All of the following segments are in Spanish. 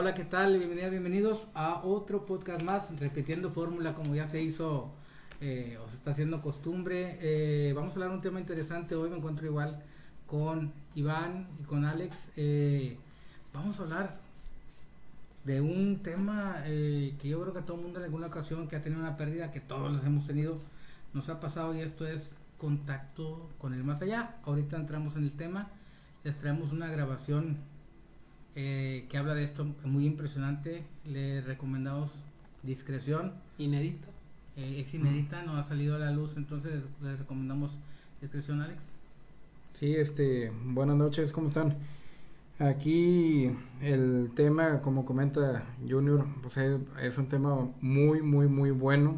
Hola, ¿qué tal? Bienvenidos a otro podcast más, repitiendo fórmula como ya se hizo o se está haciendo costumbre. Vamos a hablar de un tema interesante. Hoy me encuentro igual con Iván y con Alex. Vamos a hablar de un tema que yo creo que todo el mundo en alguna ocasión que ha tenido una pérdida, que todos las hemos tenido, nos ha pasado, y esto es contacto con el más allá. Ahorita entramos en el tema, les traemos una grabación que habla de esto, muy impresionante. Le recomendamos discreción. Inédito. Es inédita, no ha salido a la luz, entonces le recomendamos discreción, Alex. Sí, buenas noches, ¿cómo están? Aquí el tema, como comenta Junior, pues es un tema muy bueno,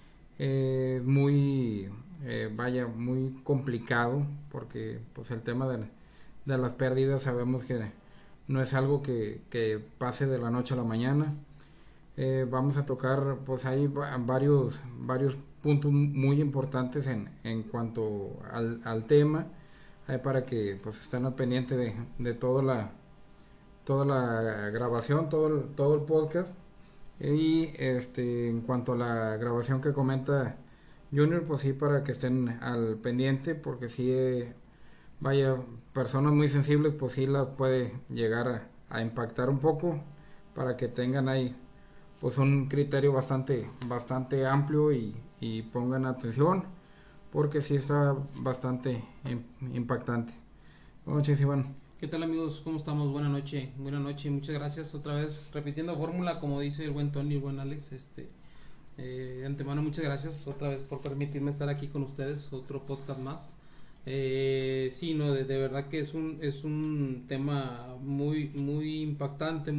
muy complicado, porque pues el tema de las pérdidas sabemos que no es algo que pase de la noche a la mañana. Vamos a tocar, pues hay varios puntos muy importantes en cuanto al tema, para que pues estén al pendiente de toda la grabación, todo el podcast. Y en cuanto a la grabación que comenta Junior, pues sí, para que estén al pendiente, porque sí, vaya, personas muy sensibles, pues sí las puede llegar a impactar un poco, para que tengan ahí pues un criterio bastante amplio y pongan atención, porque sí está bastante impactante. Buenas noches, Iván. ¿Qué tal, amigos? ¿Cómo estamos? Buenas noches, muchas gracias otra vez, repitiendo fórmula como dice el buen Tony y el buen Alex. De antemano, muchas gracias otra vez por permitirme estar aquí con ustedes, otro podcast más. Sí, no, de verdad que es un tema muy impactante,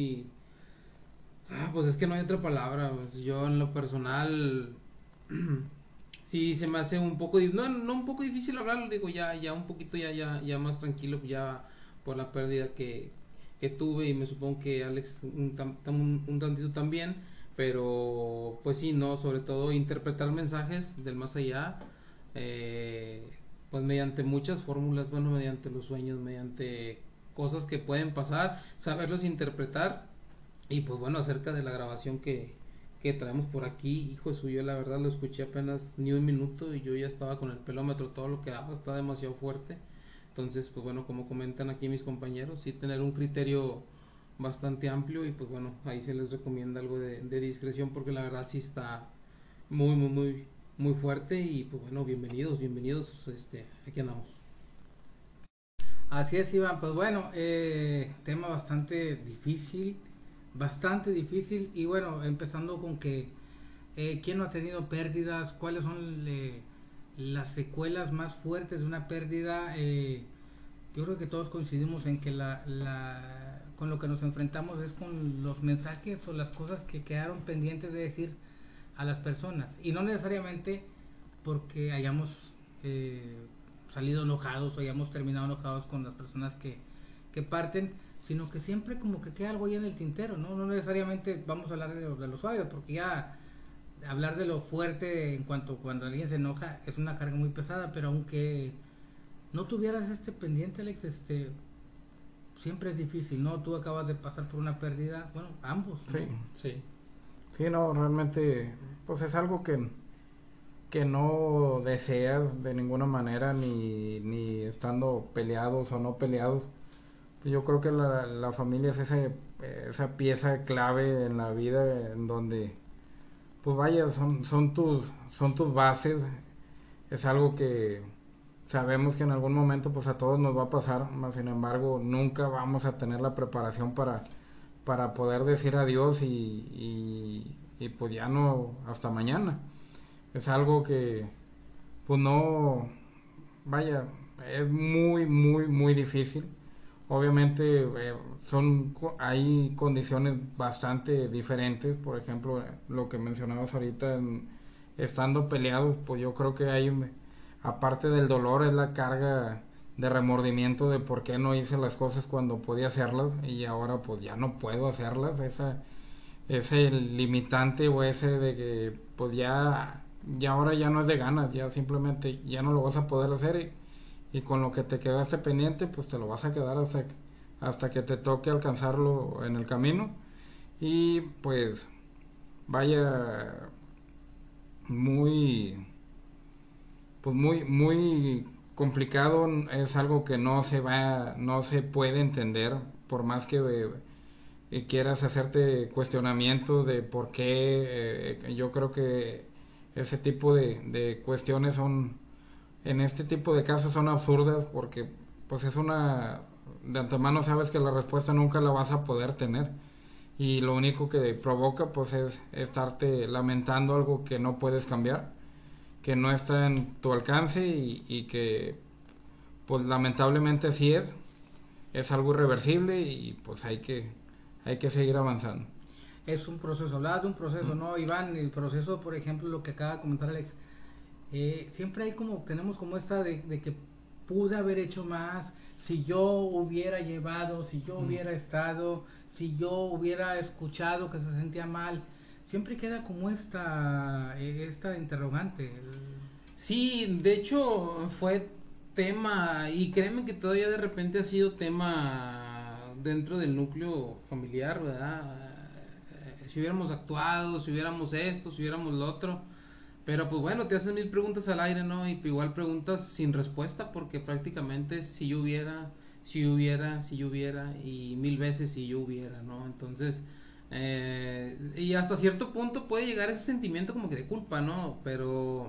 pues es que no hay otra palabra. Pues yo en lo personal sí se me hace un poco no un poco difícil hablarlo, digo, ya un poquito ya más tranquilo, ya por la pérdida que tuve, y me supongo que Alex un tantito también. Pero pues sí, no, sobre todo interpretar mensajes del más allá, eh, pues mediante muchas fórmulas, bueno, mediante los sueños, mediante cosas que pueden pasar, saberlos interpretar. Y pues bueno, acerca de la grabación que traemos por aquí, hijo suyo, la verdad lo escuché apenas ni un minuto y yo ya estaba con el pelómetro, todo lo que hago está demasiado fuerte. Entonces, pues bueno, como comentan aquí mis compañeros, sí tener un criterio bastante amplio, y pues bueno, ahí se les recomienda algo de discreción, porque la verdad sí está muy fuerte. Y pues bueno, bienvenidos, aquí andamos. Así es, Iván. Pues bueno, tema bastante difícil. Y bueno, empezando con que quién no ha tenido pérdidas, cuáles son las secuelas más fuertes de una pérdida. Yo creo que todos coincidimos en que con lo que nos enfrentamos es con los mensajes o las cosas que quedaron pendientes de decir a las personas. Y no necesariamente porque hayamos salido enojados o hayamos terminado enojados con las personas que parten, sino que siempre como que queda algo ahí en el tintero, ¿no? No necesariamente vamos a hablar de lo suave, porque ya hablar de lo fuerte en cuanto cuando alguien se enoja es una carga muy pesada. Pero aunque no tuvieras este pendiente, Alex, siempre es difícil, ¿no? Tú acabas de pasar por una pérdida, bueno, ambos, ¿no? Sí, Sí. sí, no, realmente, pues es algo que no deseas de ninguna manera, ni estando peleados o no peleados. Yo creo que la familia es esa pieza clave en la vida, en donde, pues vaya, son tus bases. Es algo que sabemos que en algún momento pues a todos nos va a pasar, mas sin embargo nunca vamos a tener la preparación para poder decir adiós y pues ya no, hasta mañana. Es algo que pues no, vaya, es muy difícil. Obviamente, hay condiciones bastante diferentes. Por ejemplo, lo que mencionabas ahorita, estando peleados, pues yo creo que hay, aparte del dolor, es la carga de remordimiento de por qué no hice las cosas cuando podía hacerlas y ahora pues ya no puedo hacerlas. Ese limitante, o ese de que pues ya ahora ya no es de ganas, ya simplemente ya no lo vas a poder hacer, y con lo que te quedaste pendiente pues te lo vas a quedar hasta que te toque alcanzarlo en el camino. y pues vaya muy muy complicado. Es algo que no se puede entender, por más que quieras hacerte cuestionamientos de por qué. Yo creo que ese tipo de cuestiones son, en este tipo de casos son absurdas, porque pues es una, de antemano sabes que la respuesta nunca la vas a poder tener, y lo único que provoca pues es estarte lamentando algo que no puedes cambiar, que no está en tu alcance, y que pues lamentablemente así es algo irreversible, y pues hay que seguir avanzando. Es un proceso, hablabas de un proceso, ¿no, Iván? El proceso, por ejemplo, lo que acaba de comentar Alex, siempre hay como, tenemos como esta de que pude haber hecho más, si yo hubiera llevado, si yo hubiera estado, si yo hubiera escuchado que se sentía mal, siempre queda como esta interrogante. Sí, de hecho fue tema, y créeme que todavía de repente ha sido tema dentro del núcleo familiar, ¿verdad? Si hubiéramos actuado, si hubiéramos esto, si hubiéramos lo otro. Pero pues bueno, te haces mil preguntas al aire, ¿no? Y igual preguntas sin respuesta, porque prácticamente si yo hubiera, si hubiera, si yo hubiera, y mil veces si yo hubiera, ¿no? Entonces, y hasta cierto punto puede llegar ese sentimiento como que de culpa, ¿no? Pero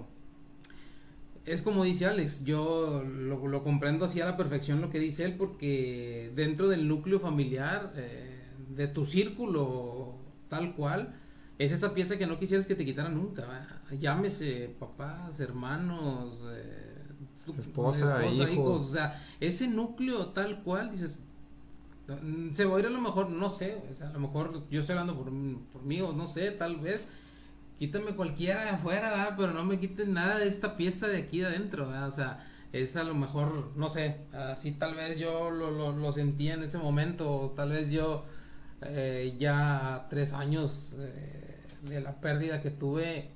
es como dice Alex, yo lo comprendo así a la perfección lo que dice él, porque dentro del núcleo familiar, de tu círculo tal cual, es esa pieza que no quisieras que te quitaran nunca, ¿verdad? Llámese papás, hermanos, Esposa, hijos, hijos. o sea, ese núcleo tal cual, dices, se va a ir a lo mejor, no sé, o sea, a lo mejor yo estoy hablando por mí, o no sé, tal vez, quítame cualquiera de afuera, ¿verdad? Pero no me quiten nada de esta pieza de aquí de adentro, ¿verdad? O sea, es a lo mejor, no sé, así tal vez yo lo sentía en ese momento, o tal vez yo ya a 3 años de la pérdida que tuve,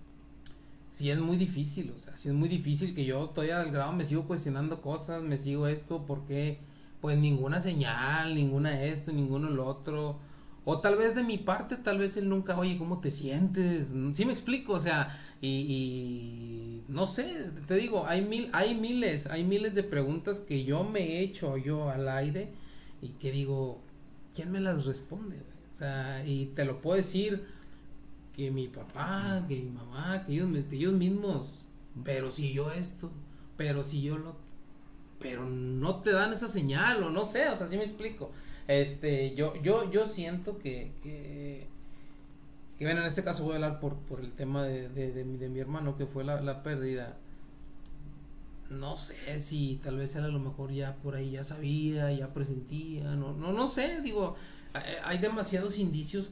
sí es muy difícil, o sea, sí es muy difícil que yo todavía al grado me sigo cuestionando cosas, me sigo esto, porque pues ninguna señal, ninguna esto, ninguno lo otro, o tal vez de mi parte, tal vez él nunca, oye, ¿cómo te sientes? Sí me explico, o sea, y no sé, te digo, hay miles de preguntas que yo me he hecho yo al aire y que digo, ¿quién me las responde? O sea, y te lo puedo decir que mi papá, que mi mamá, que ellos mismos, pero si yo esto, pero si yo lo, pero no te dan esa señal, o no sé, o sea, sí me explico. Yo siento que bueno, en este caso voy a hablar por el tema de mi hermano, que fue la pérdida. No sé si tal vez él a lo mejor ya por ahí ya sabía, ya presentía, no sé, digo, hay demasiados indicios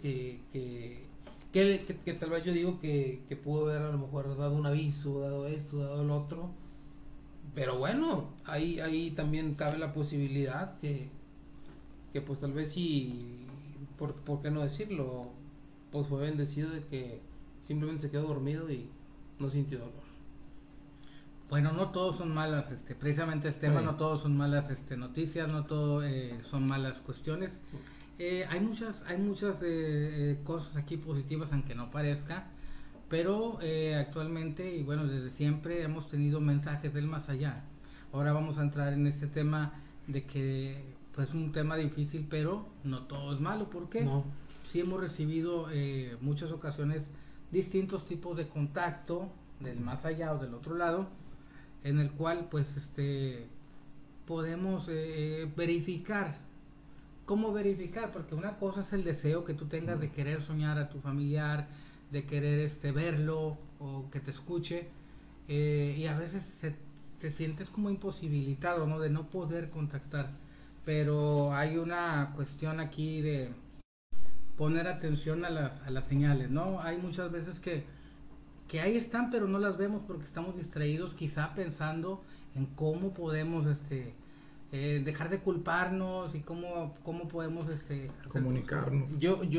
que tal vez yo digo que pudo haber a lo mejor dado un aviso, dado esto, dado el otro, pero bueno, ahí también cabe la posibilidad que pues tal vez sí, por qué no decirlo, pues fue bendecido de que simplemente se quedó dormido y no sintió dolor. Bueno, no todos son malas, precisamente el tema, Sí. no todos son malas noticias, no todo son malas cuestiones. Hay muchas cosas aquí positivas, aunque no parezca, pero actualmente y bueno, desde siempre hemos tenido mensajes del más allá. Ahora vamos a entrar en este tema de que pues un tema difícil, pero no todo es malo. ¿Por qué? No. Sí hemos recibido muchas ocasiones distintos tipos de contacto del más allá o del otro lado, en el cual pues podemos verificar. ¿Cómo verificar? Porque una cosa es el deseo que tú tengas de querer soñar a tu familiar, de querer verlo o que te escuche, y a veces te sientes como imposibilitado, ¿no? De no poder contactar. Pero hay una cuestión aquí de poner atención a las señales, ¿no? Hay muchas veces que ahí están, pero no las vemos porque estamos distraídos, quizá pensando en cómo podemos dejar de culparnos y cómo podemos hacer Comunicarnos.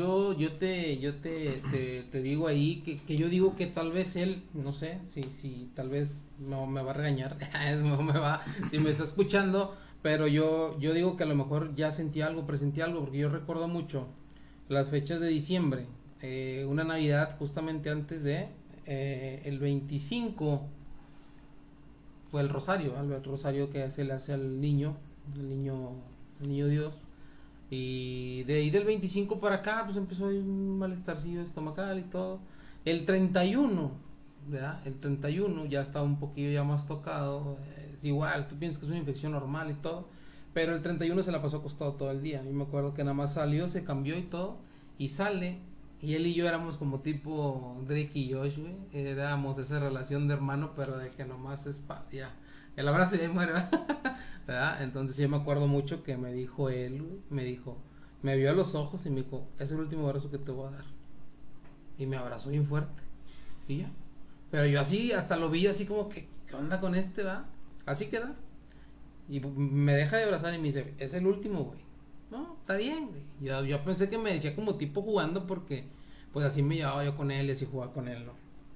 Te digo ahí que yo digo que tal vez él, no sé, si tal vez no me va a regañar, no me va, si me está escuchando, pero yo digo que a lo mejor ya sentí algo, presentí algo, porque yo recuerdo mucho las fechas de diciembre, una Navidad justamente antes de el 25 fue el rosario, el rosario que se le hace al niño, el niño, el niño Dios. Y de ahí del 25 para acá, pues empezó ahí un malestarcillo estomacal y todo. El 31, ¿verdad? El 31 ya estaba un poquillo ya más tocado. Es igual, tú piensas que es una infección normal y todo. Pero el 31 se la pasó acostado todo el día. Yo me acuerdo que nada más salió, se cambió y todo. Y sale. Y él y yo éramos como tipo Drake y Josh, güey. Éramos esa relación de hermano, pero de que nomás es ya. El abrazo y ahí muere, ¿verdad? Entonces yo me acuerdo mucho que me dijo él, güey, me dijo, me vio a los ojos y me dijo, es el último abrazo que te voy a dar. Y me abrazó bien fuerte. Y ya. Pero yo así, hasta lo vi así como que, ¿qué onda con este, va? Así queda. Y me deja de abrazar y me dice, es el último, güey. No, está bien, güey. Yo pensé que me decía como tipo jugando porque, pues así me llevaba yo con él y así jugaba con él, ¿no?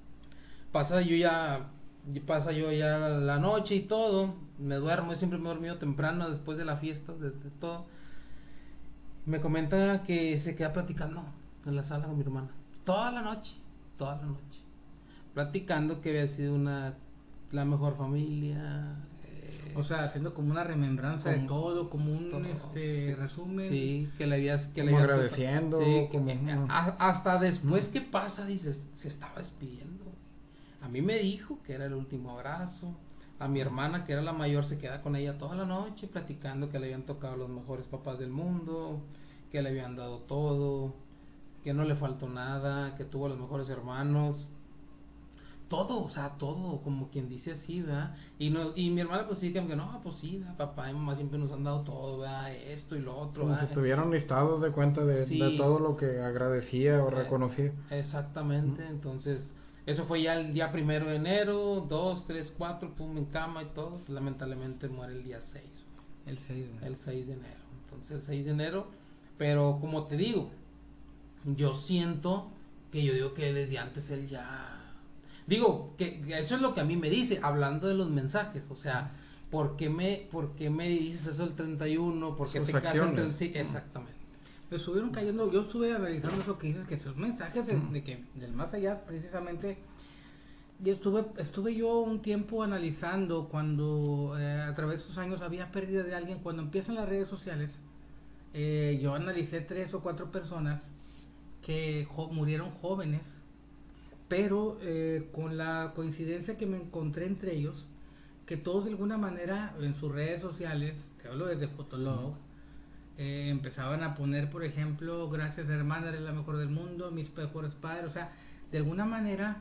Pasa yo ya la noche y todo, me duermo, yo siempre me he dormido temprano después de la fiesta, de todo. Me comenta que se queda platicando en la sala con mi hermana, toda la noche, platicando que había sido la mejor familia. O sea, haciendo como una remembranza de todo, como un todo, resumen. Sí, que le habías agradeciendo, sí, como hasta después que pasa dices, se estaba despidiendo. A mí me dijo que era el último abrazo. A mi hermana, que era la mayor, se queda con ella toda la noche platicando que le habían tocado los mejores papás del mundo, que le habían dado todo, que no le faltó nada, que tuvo los mejores hermanos. Todo, o sea, todo, como quien dice así, ¿verdad? Y mi hermana pues sí que no, pues sí, papá y mamá siempre nos han dado todo, ¿verdad? Esto y lo otro, como si tuvieran listados de cuenta de todo lo que agradecía o reconocía. Exactamente, entonces eso fue ya el día 1 de enero, 2, 3, 4, pum, en cama y todo, pues, lamentablemente muere el día 6. El 6. El 6 de enero, entonces el 6 de enero, pero como te digo, yo siento que yo digo que desde antes él ya... Digo, que eso es lo que a mí me dice, hablando de los mensajes, o sea, ¿por qué me dices eso el 31? ¿Por qué Sus te casas el 31? Sí, acciones. exactamente. Me estuvieron cayendo, yo estuve analizando eso que dices, que esos mensajes de que del más allá, precisamente, y estuve yo un tiempo analizando cuando a través de esos años había pérdida de alguien, cuando empiezan las redes sociales, yo analicé 3 o 4 personas que murieron jóvenes, pero con la coincidencia que me encontré entre ellos, que todos de alguna manera en sus redes sociales, te hablo desde Fotolog, empezaban a poner, por ejemplo, gracias hermana, eres la mejor del mundo, mis mejores padres, o sea, de alguna manera,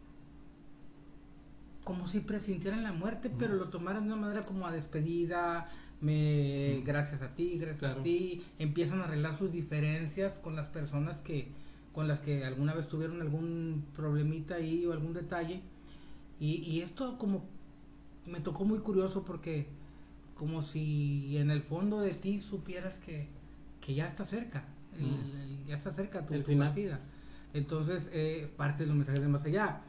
como si presintieran la muerte, pero lo tomaran de una manera como a despedida, gracias a ti, gracias a ti, empiezan a arreglar sus diferencias con las personas con las que alguna vez tuvieron algún problemita ahí o algún detalle, y esto como me tocó muy curioso porque como si en el fondo de ti supieras que ya está cerca, ya está cerca tu partida. Entonces, parte de los mensajes de más allá.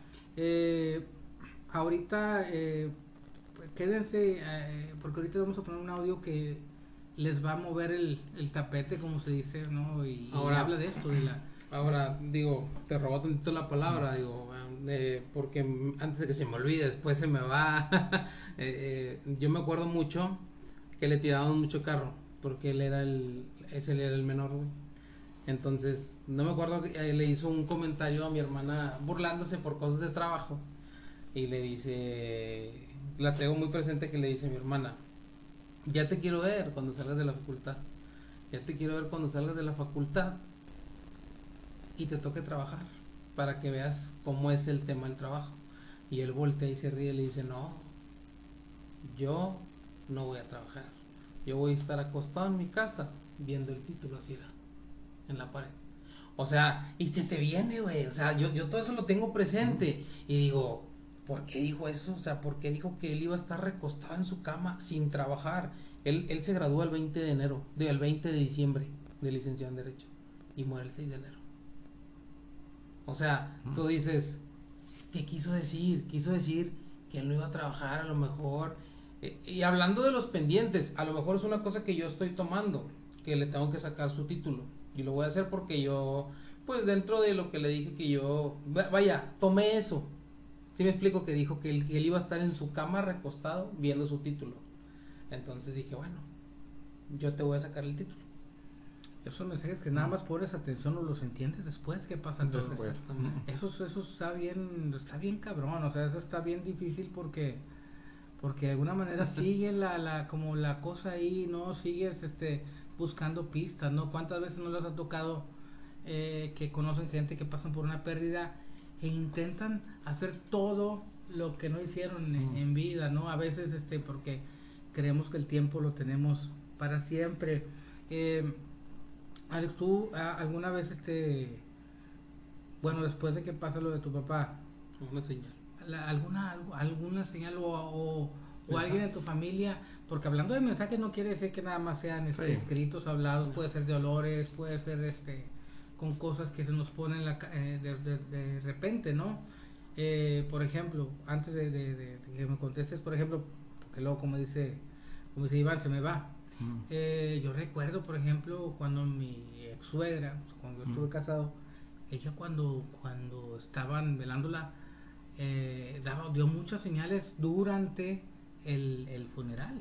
Ahorita, quédense, porque ahorita vamos a poner un audio que les va a mover el tapete, como se dice, ¿no? Y habla de esto, Ahora, digo, te robó tantito la palabra, digo, porque antes de que se me olvide, después se me va. Yo me acuerdo mucho que le tiraban mucho carro, porque él era el menor, güey. Entonces, no me acuerdo que le hizo un comentario a mi hermana burlándose por cosas de trabajo. Y le dice, la tengo muy presente, que le dice a mi hermana, ya te quiero ver cuando salgas de la facultad. Ya te quiero ver cuando salgas de la facultad y te toque trabajar, para que veas cómo es el tema del trabajo. Y él voltea y se ríe y le dice, no, yo no voy a trabajar, yo voy a estar acostado en mi casa viendo el título así en la pared. O sea, y te viene, güey, o sea, yo todo eso lo tengo presente. Y digo, ¿por qué dijo eso? O sea, ¿por qué dijo que él iba a estar recostado en su cama sin trabajar? Él se gradúa el 20 de enero, el 20 de diciembre de licenciado en Derecho, y muere el 6 de enero. O sea, tú dices, ¿qué quiso decir? Quiso decir que él no iba a trabajar, a lo mejor. Y hablando de los pendientes, a lo mejor es una cosa que yo estoy tomando, que le tengo que sacar su título. Y lo voy a hacer porque yo, pues dentro de lo que le dije que yo, vaya, tomé eso. Sí me explico que dijo que él iba a estar en su cama recostado viendo su título. Entonces dije, bueno, yo te voy a sacar el título. Esos mensajes que nada más pones atención o los entiendes después, ¿qué pasa entonces? Exactamente. Eso está bien cabrón, o sea, eso está bien difícil porque de alguna manera sigue como la cosa ahí, ¿no? Sigues buscando pistas, ¿no? ¿Cuántas veces no les ha tocado que conocen gente que pasan por una pérdida e intentan hacer todo lo que no hicieron en vida, ¿no? A veces porque creemos que el tiempo lo tenemos para siempre. Alex, ¿tú alguna vez bueno, después de que pasa lo de tu papá, Una señal. alguna señal o alguien en tu familia, porque hablando de mensajes no quiere decir que nada más sean escritos, hablados, puede ser de olores, puede ser con cosas que se nos ponen de repente, ¿no? Por ejemplo, antes de que me contestes, por ejemplo, porque luego como dice Iván, se me va. Yo recuerdo, por ejemplo, cuando mi ex suegra, cuando yo estuve casado, ella cuando estaban velándola, dio muchas señales durante el funeral.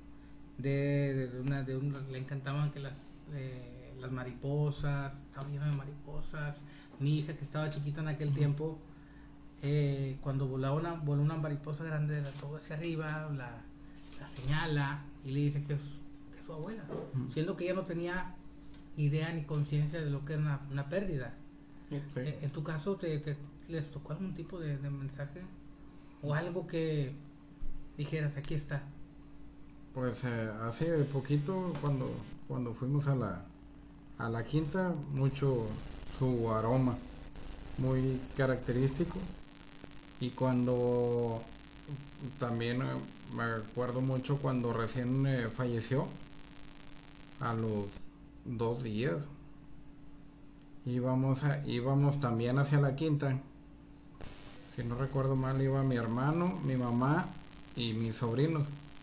Le encantaban que las mariposas, estaba lleno de mariposas. Mi hija, que estaba chiquita en aquel tiempo, cuando voló una mariposa grande, la toma hacia arriba, la señala y le dice que es su abuela, siendo que ella no tenía idea ni conciencia de lo que era una pérdida. Sí. En tu caso, ¿les tocó algún tipo de mensaje? ¿O algo que dijeras, aquí está? Pues hace poquito, cuando fuimos a la quinta, mucho su aroma, muy característico. Y cuando también me acuerdo mucho cuando recién falleció, a los 2 días, íbamos también hacia la quinta. Si no recuerdo mal, iba mi hermano, mi mamá y mis sobrinos.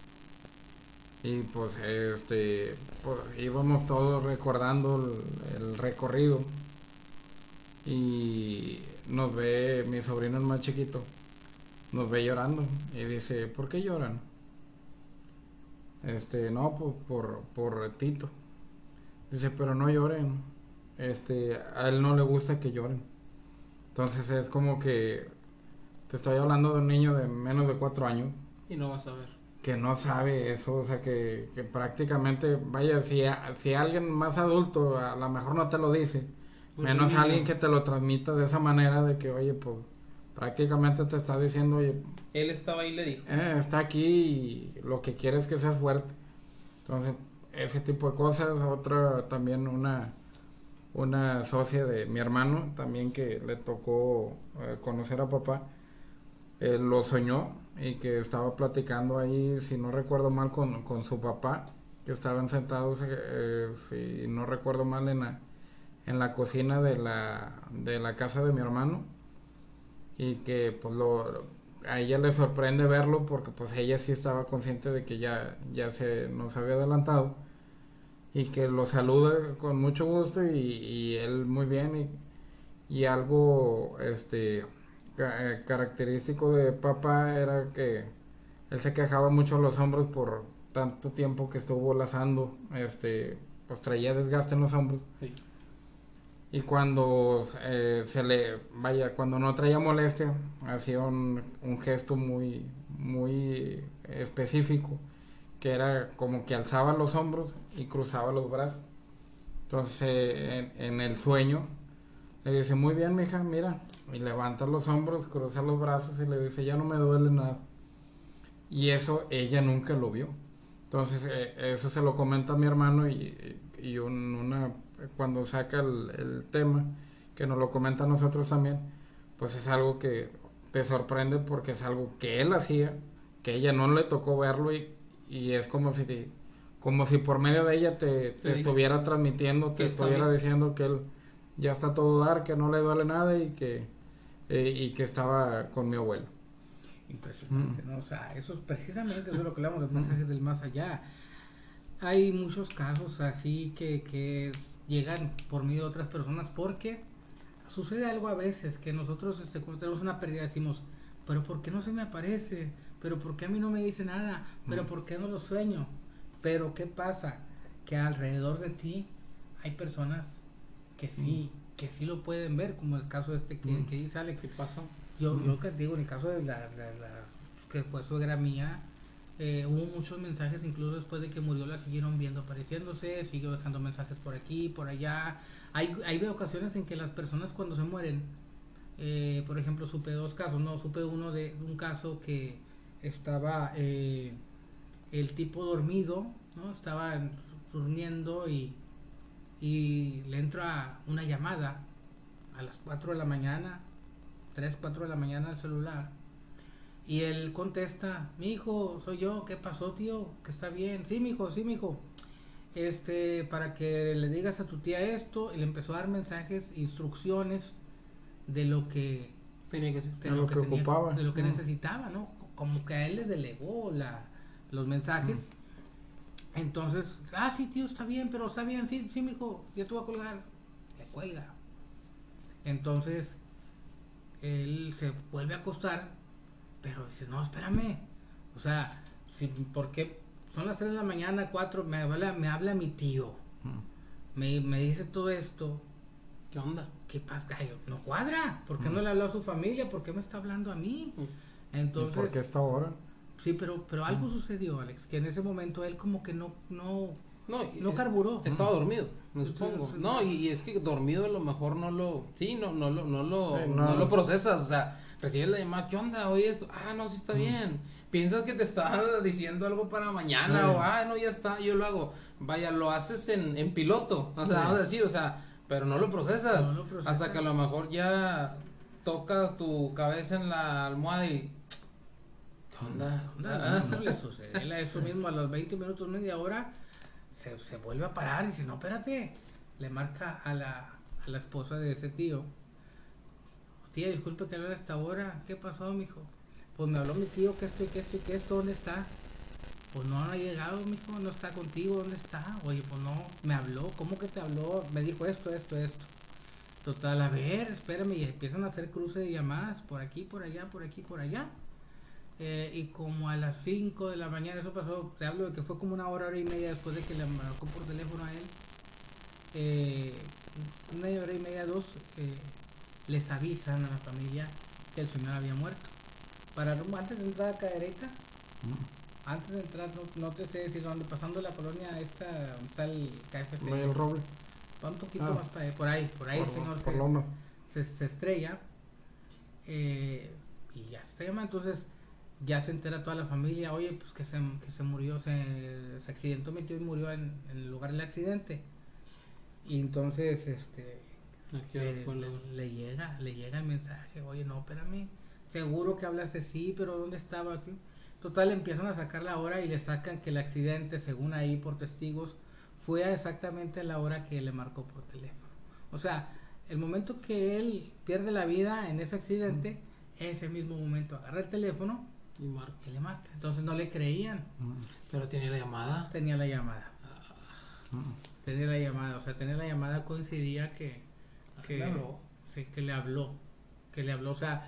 Y pues pues, íbamos todos recordando el recorrido. Y nos ve mi sobrino, el más chiquito, nos ve llorando y dice, ¿por qué lloran? No, pues por Tito. Dice, pero no lloren. A él no le gusta que lloren. Entonces es como que te estoy hablando de un niño de menos de 4 años. Y no vas a ver. Que no sabe eso, o sea que prácticamente, vaya, si alguien más adulto a lo mejor no te lo dice, menos alguien que te lo transmita de esa manera de que, oye, pues prácticamente te está diciendo, oye, él estaba ahí y le dijo, está aquí y lo que quiere es que seas fuerte. Entonces, ese tipo de cosas. Otra también, una socia de mi hermano, también que le tocó conocer a papá, lo soñó y que estaba platicando ahí, si no recuerdo mal, con su papá, que estaban sentados, si no recuerdo mal, en la cocina de la casa de mi hermano, y que pues a ella le sorprende verlo porque pues ella sí estaba consciente de que ya nos había adelantado, y que lo saluda con mucho gusto y él muy bien, y algo característico de papá era que él se quejaba mucho de los hombros por tanto tiempo que estuvo lazando, pues traía desgaste en los hombros. Sí. Y cuando cuando no traía molestia, hacía un gesto muy, muy específico, que era como que alzaba los hombros y cruzaba los brazos. Entonces, en el sueño, le dice, muy bien, mija, mira, y levanta los hombros, cruza los brazos y le dice, ya no me duele nada. Y eso ella nunca lo vio. Entonces, eso se lo comenta a mi hermano, y cuando saca el tema, que nos lo comenta a nosotros también, pues es algo que te sorprende porque es algo que él hacía, que ella no le tocó verlo, y es como si por medio de ella te estuviera transmitiendo, te estuviera diciendo que él ya está todo dar, que no le duele nada y que estaba con mi abuelo. Impresionante, ¿no? O sea, precisamente eso es lo que hablamos, los mensajes del más allá. Hay muchos casos así que llegan por medio de otras personas, porque sucede algo a veces que nosotros cuando tenemos una pérdida decimos, pero ¿por qué no se me aparece? Pero ¿por qué a mí no me dice nada? Pero ¿por qué no lo sueño? Pero ¿qué pasa? Que alrededor de ti hay personas que sí lo pueden ver, como el caso que dice Alex. ¿Qué pasó? Yo que digo, en el caso de la que fue suegra mía, hubo muchos mensajes, incluso después de que murió la siguieron viendo apareciéndose, siguió dejando mensajes por aquí, por allá. Hay ocasiones en que las personas cuando se mueren, por ejemplo, supe dos casos, no, supe un caso que estaba el tipo dormido, ¿no? Estaba durmiendo y le entra una llamada a las 4 de la mañana, 3, 4 de la mañana al celular. Y él contesta, mi hijo, soy yo, ¿qué pasó, tío? ¿Que está bien? Sí, mi hijo. Para que le digas a tu tía esto, y le empezó a dar mensajes, instrucciones de lo que Tenía que ser. de lo que ocupaba, de lo que necesitaba, ¿no? Como que a él le delegó los mensajes. Entonces, sí, tío, está bien, pero está bien, sí, mijo, ya te voy a colgar. Le cuelga. Entonces, él se vuelve a acostar, pero dice, no, espérame. O sea, porque son las 3 de la mañana, 4, me habla mi tío. Me dice todo esto. ¿Qué onda? ¿Qué pasa? Ay, no cuadra. ¿Por qué no le habló a su familia? ¿Por qué me está hablando a mí? Entonces, ¿Y por qué esta hora? Sí, pero algo sucedió, Alex, que en ese momento él como que no carburó. Estaba dormido, me supongo. Sí. No, y es que dormido a lo mejor no lo procesas, o sea, recibes la llamada, ¿qué onda? Oye esto, no, sí está bien. Piensas que te está diciendo algo para mañana, o no, ya está, yo lo hago. Vaya, lo haces en piloto, o sea, vamos a decir, o sea, pero no lo procesas. Hasta que a lo mejor ya tocas tu cabeza en la almohada y ¿qué onda? No le sucede eso mismo a los 20 minutos, media hora, se vuelve a parar y dice, no, espérate. Le marca a la esposa de ese tío. Tía, disculpe que hable a esta hora. ¿Qué pasó, mijo? Pues me habló mi tío que esto y que esto y que esto. ¿Dónde está? Pues no ha llegado, mijo, no está contigo. ¿Dónde está? Oye, pues no, me habló. ¿Cómo que te habló? Me dijo esto. Total, a ver, espérame. Y empiezan a hacer cruce de llamadas por aquí, por allá, por aquí, por allá. Y como a las 5 de la mañana, eso pasó, te hablo de que fue como una hora y media después de que le marcó por teléfono a él, una hora y media, 2, les avisan a la familia que el señor había muerto. Antes de entrar a Cadereyta, antes de entrar, no te sé decir dónde, pasando la colonia esta, tal KFC. El Roble. Va un poquito más para por ahí el señor se estrella, y ya se estrella, entonces ya se entera toda la familia, oye, pues que se murió, se accidentó mi tío y murió en el lugar del accidente. Y entonces le llega el mensaje, oye, no, espérame, seguro que hablaste, sí, pero ¿dónde estaba aquí? Total, empiezan a sacar la hora y le sacan que el accidente, según ahí por testigos, fue exactamente a la hora que le marcó por teléfono. O sea, el momento que él pierde la vida en ese accidente, ese mismo momento agarra el teléfono y le marca. Entonces no le creían. Pero tenía la llamada. Tenía la llamada. O sea, tenía la llamada, coincidía que le habló. Sí, que le habló. O sea,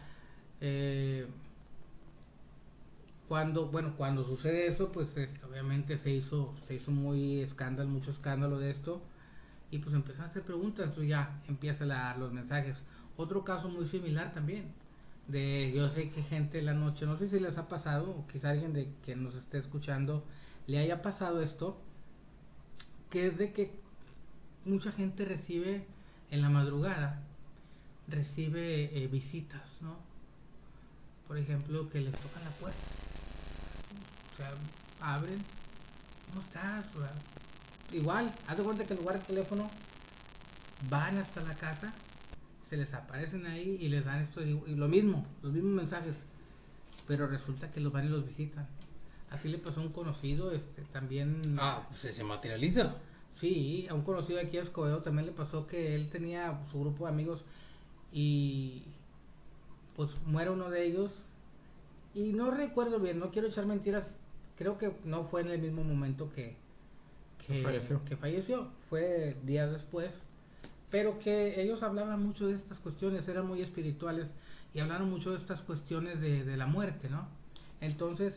cuando sucede eso, pues obviamente se hizo mucho escándalo de esto, y pues empezaron a hacer preguntas. Entonces ya empieza los mensajes. Otro caso muy similar también, yo sé que gente en la noche, no sé si les ha pasado, o quizá alguien de que nos esté escuchando le haya pasado esto, que es de que mucha gente recibe en la madrugada, visitas, ¿no? Por ejemplo, que les tocan la puerta. O sea, abren, ¿cómo estás? O sea, igual, haz de cuenta que en lugar del teléfono van hasta la casa, se les aparecen ahí y les dan esto y los mismos mensajes, pero resulta que los van y los visitan. Así le pasó a un conocido, también. Pues se materializa. Sí, a un conocido aquí de Escobedo también le pasó que él tenía su grupo de amigos y pues muere uno de ellos, y no recuerdo bien, no quiero echar mentiras, creo que no fue en el mismo momento que que falleció, fue días después, pero que ellos hablaban mucho de estas cuestiones, eran muy espirituales y hablaron mucho de estas cuestiones de la muerte, ¿no? Entonces,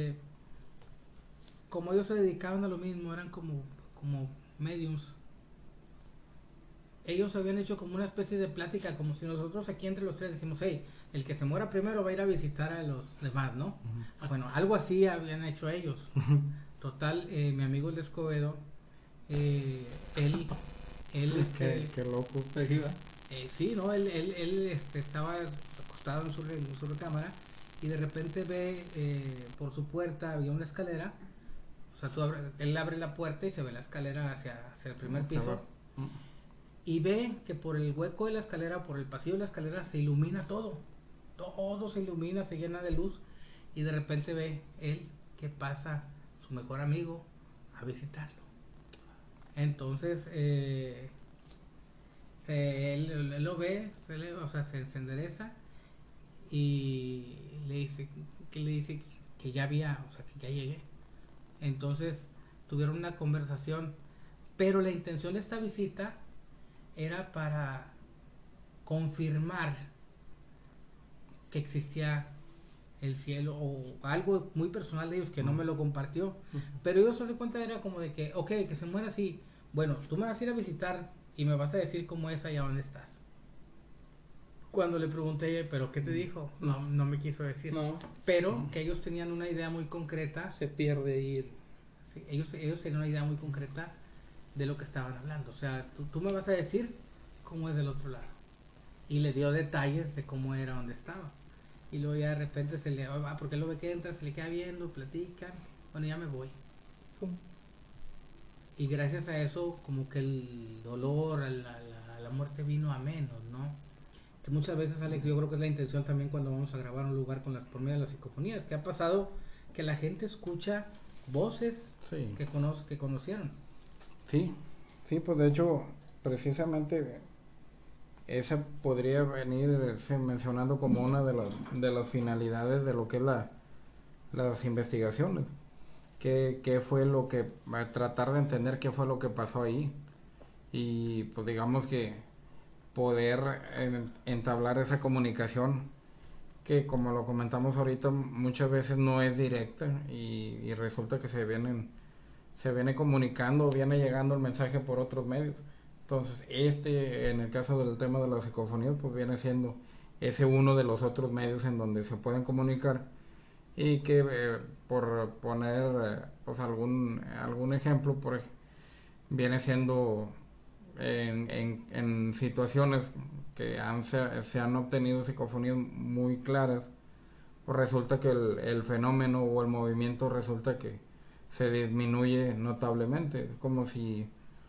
como ellos se dedicaban a lo mismo, eran como mediums, ellos habían hecho como una especie de plática, como si nosotros aquí entre los tres decimos, hey, el que se muera primero va a ir a visitar a los demás, ¿no? Bueno, algo así habían hecho ellos. Total, mi amigo el de Escobedo, él Qué loco. sí, ¿no? Él estaba acostado en su recámara y de repente ve por su puerta había una escalera. O sea, él abre la puerta y se ve la escalera hacia el primer piso. Y ve que por el hueco de la escalera, por el pasillo de la escalera, se ilumina todo. Todo se ilumina, se llena de luz. Y de repente ve él que pasa su mejor amigo a visitarlo. Entonces, él lo ve, se endereza y le dice que ya había, o sea, que ya llegué. Entonces tuvieron una conversación, pero la intención de esta visita era para confirmar que existía el cielo o algo muy personal de ellos que no me lo compartió, pero ellos se de cuenta era como de que, ok, que se muera así, bueno, tú me vas a ir a visitar y me vas a decir cómo es allá donde estás. Cuando le pregunté, ¿pero qué te dijo? No me quiso decir. Pero que ellos tenían una idea muy concreta. Se pierde ahí. Sí, ellos tenían una idea muy concreta de lo que estaban hablando. O sea, tú me vas a decir cómo es del otro lado. Y le dio detalles de cómo era donde estaba. Y luego ya de repente porque lo ve que entra, se le queda viendo, platican. Bueno, ya me voy. Y gracias a eso, como que el dolor, a la muerte vino a menos, ¿no? Que muchas veces, Alex, yo creo que es la intención también cuando vamos a grabar un lugar por medio de las psicofonías, que ha pasado que la gente escucha voces que conocieron. Sí, pues de hecho, precisamente esa podría venirse mencionando como una de las finalidades de lo que es las investigaciones. ¿Qué fue lo que, tratar de entender qué fue lo que pasó ahí? Y pues digamos que poder entablar esa comunicación que, como lo comentamos ahorita, muchas veces no es directa y resulta que se viene comunicando, viene llegando el mensaje por otros medios. Entonces en el caso del tema de las psicofonías, pues viene siendo ese uno de los otros medios en donde se pueden comunicar, y que por poner pues algún ejemplo, viene siendo en situaciones que se han obtenido psicofonías muy claras, pues resulta que el fenómeno o el movimiento resulta que se disminuye notablemente. Es como si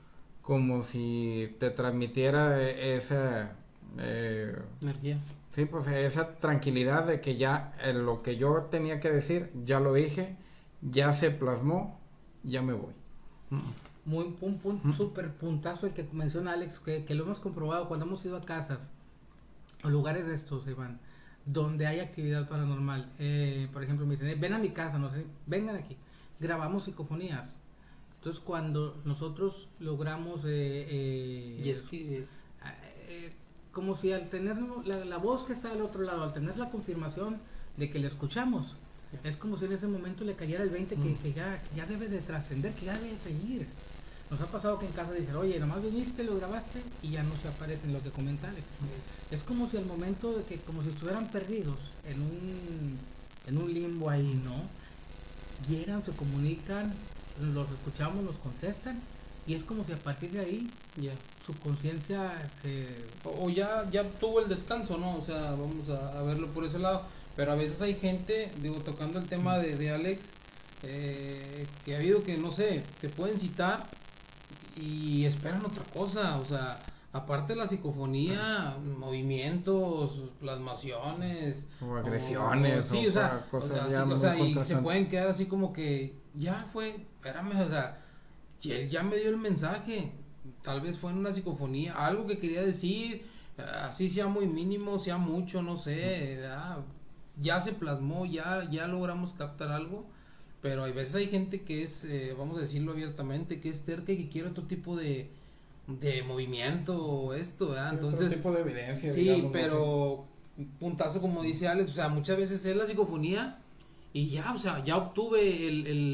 te transmitiera esa energía. Sí, pues esa tranquilidad de que ya lo que yo tenía que decir, ya lo dije, ya se plasmó, ya me voy. Un super puntazo el que menciona Alex, que lo hemos comprobado cuando hemos ido a casas o lugares de estos, Iván, donde hay actividad paranormal. Por ejemplo, me dicen, ven a mi casa, no sé, vengan aquí, grabamos psicofonías. Entonces, cuando nosotros logramos... y es que... como si al tener la voz que está del otro lado, al tener la confirmación de que le escuchamos, es como si en ese momento le cayera el 20 que ya debe de trascender, que ya debe de seguir. Nos ha pasado que en casa dicen, oye, nomás viniste, lo grabaste y ya no se aparece en lo que comenta Alex. Es como si al momento de que, como si estuvieran perdidos en un limbo ahí, ¿no? Llegan, se comunican, los escuchamos, nos contestan, y es como si a partir de ahí su conciencia o ya tuvo el descanso, ¿no? O sea, vamos a verlo por ese lado. Pero a veces hay gente, digo, tocando el tema de Alex, que ha habido que, no sé, te pueden citar y esperan otra cosa. O sea, aparte de la psicofonía, movimientos, plasmaciones o agresiones, sí, o sea, y se pueden quedar así como que ya fue, espérame, o sea, y él ya me dio el mensaje, tal vez fue en una psicofonía, algo que quería decir, así sea muy mínimo, sea mucho, no sé, ya se plasmó, ya logramos captar algo, pero hay veces hay gente que es, vamos a decirlo abiertamente, que es terca y que quiere otro tipo de movimiento o esto, ¿verdad? Sí, Entonces, otro tipo de evidencia, sí, digámoslo pero puntazo como dice Alex, o sea, muchas veces es la psicofonía y ya, o sea, ya obtuve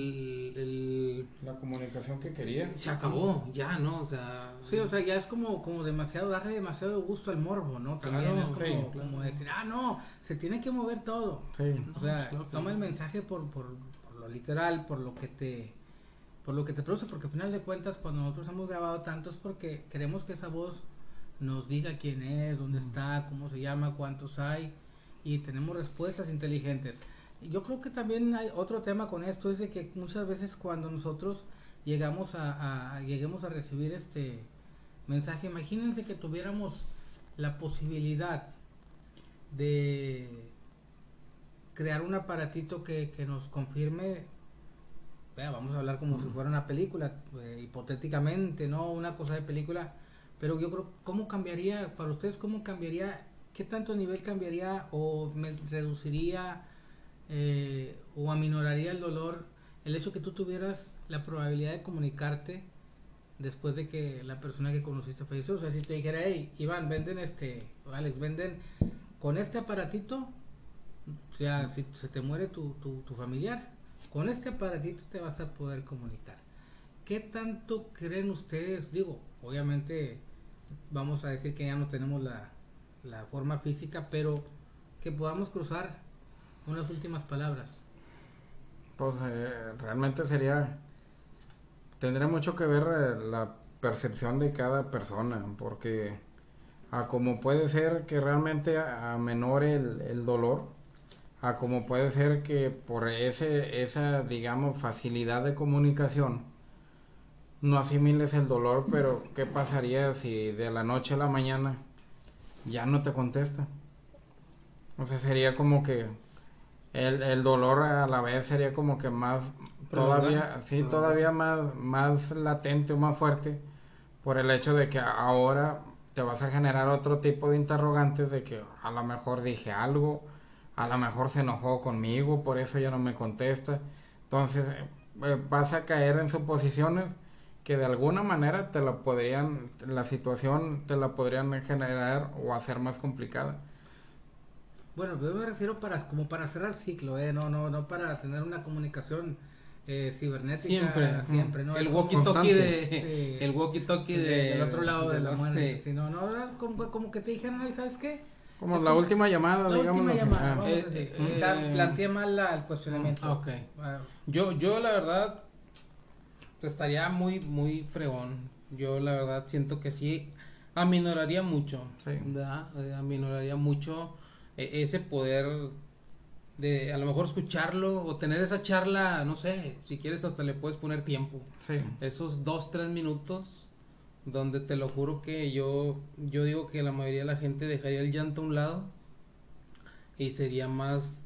la comunicación que quería. se acabó, ya, ¿no? O sea, Sí, o sea, ya es como demasiado, darle demasiado gusto al morbo, ¿no? También Claro, es como, sí, claro. como decir, no, se tiene que mover todo. Sí, O sea, pues claro que toma no. el mensaje por lo literal, por lo que te produce, porque al final de cuentas cuando nosotros hemos grabado tanto es porque queremos que esa voz nos diga quién es, dónde está, cómo se llama, cuántos hay, y tenemos respuestas inteligentes. Y yo creo que también hay otro tema con esto, es de que muchas veces cuando nosotros lleguemos a recibir este mensaje, imagínense que tuviéramos la posibilidad de crear un aparatito que nos confirme. Vamos a hablar como si fuera una película, hipotéticamente, no una cosa de película, pero yo creo, ¿cómo cambiaría, para ustedes, cómo cambiaría, qué tanto nivel cambiaría o reduciría o aminoraría el dolor el hecho que tú tuvieras la probabilidad de comunicarte después de que la persona que conociste falleció? O sea, si te dijera, hey, Iván, venden Alex, venden con este aparatito, o sea, si se te muere tu familiar, con este aparatito te vas a poder comunicar. ¿Qué tanto creen ustedes? Digo, obviamente vamos a decir que ya no tenemos la forma física, pero que podamos cruzar unas últimas palabras. pues realmente tendría mucho que ver la percepción de cada persona, porque a como puede ser que realmente amenore el dolor, a como puede ser que por esa, digamos, facilidad de comunicación, no asimiles el dolor, pero ¿qué pasaría si de la noche a la mañana ya no te contesta? O sea, sería como que el dolor a la vez sería como que más, todavía, sí, todavía más latente o más fuerte, por el hecho de que ahora te vas a generar otro tipo de interrogantes de que a lo mejor dije algo, a lo mejor se enojó conmigo, por eso ya no me contesta. Entonces vas a caer en suposiciones que de alguna manera la situación te la podrían generar o hacer más complicada. Bueno, yo me refiero como para cerrar ciclo, no para tener una comunicación cibernética siempre, ¿no? El Es walkie como, talkie sí, el walkie talkie del otro lado de la muerte, sí. sí, como que te dijeron, "Ay, ¿sabes qué? Como Es la como última llamada, la última digámoslo así. llamada, Ah, vamos a decir, planteé mal el cuestionamiento. Ok. Ah, Yo la verdad estaría muy fregón. Yo la verdad siento que sí aminoraría mucho, Sí. ¿verdad? Aminoraría mucho ese poder de a lo mejor escucharlo o tener esa charla, no sé, si quieres hasta le puedes poner tiempo. sí. Esos 2-3 minutos donde te lo juro que yo digo que la mayoría de la gente dejaría el llanto a un lado y sería más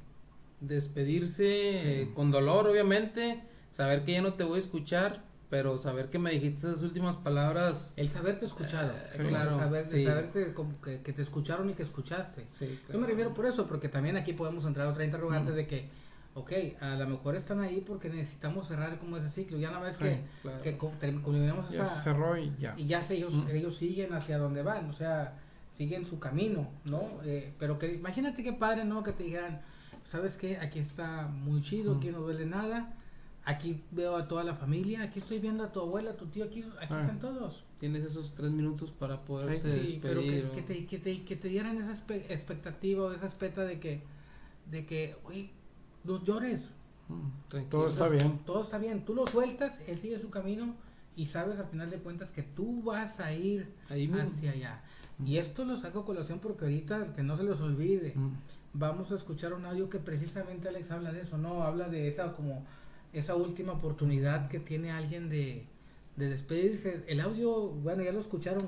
despedirse con dolor, obviamente, saber que ya no te voy a escuchar, pero saber que me dijiste esas últimas palabras. el saberte escuchado, Sí, claro, sí. saberte como que te escucharon y que escuchaste. Sí, Yo me refiero por eso, porque también aquí podemos entrar a otra interrogante de que, ok, a lo mejor están ahí porque necesitamos cerrar como ese ciclo. Ya una vez Sí, claro. que culminemos Ya se cerró y ya. y ya ellos siguen hacia donde van, o sea, siguen su camino, ¿no? Pero que imagínate qué padre, ¿no? Que te dijeran, ¿sabes qué? Aquí está muy chido, aquí no duele nada, aquí veo a toda la familia, aquí estoy viendo a tu abuela, a tu tío, aquí están todos. Tienes esos 3 minutos para poderte Sí, pero despedir. que te dieran esa expectativa o esa expectativa de que, oye, no llores, Tranquilo. Todo está bien. todo está bien, tú lo sueltas, él sigue su camino y sabes al final de cuentas que tú vas a ir Ahí mismo. hacia allá. Y esto lo saco a colación porque ahorita, que no se les olvide, vamos a escuchar un audio que precisamente Alex habla de eso, ¿no? Habla de esa última oportunidad que tiene alguien de despedirse. El audio, bueno, ya lo escucharon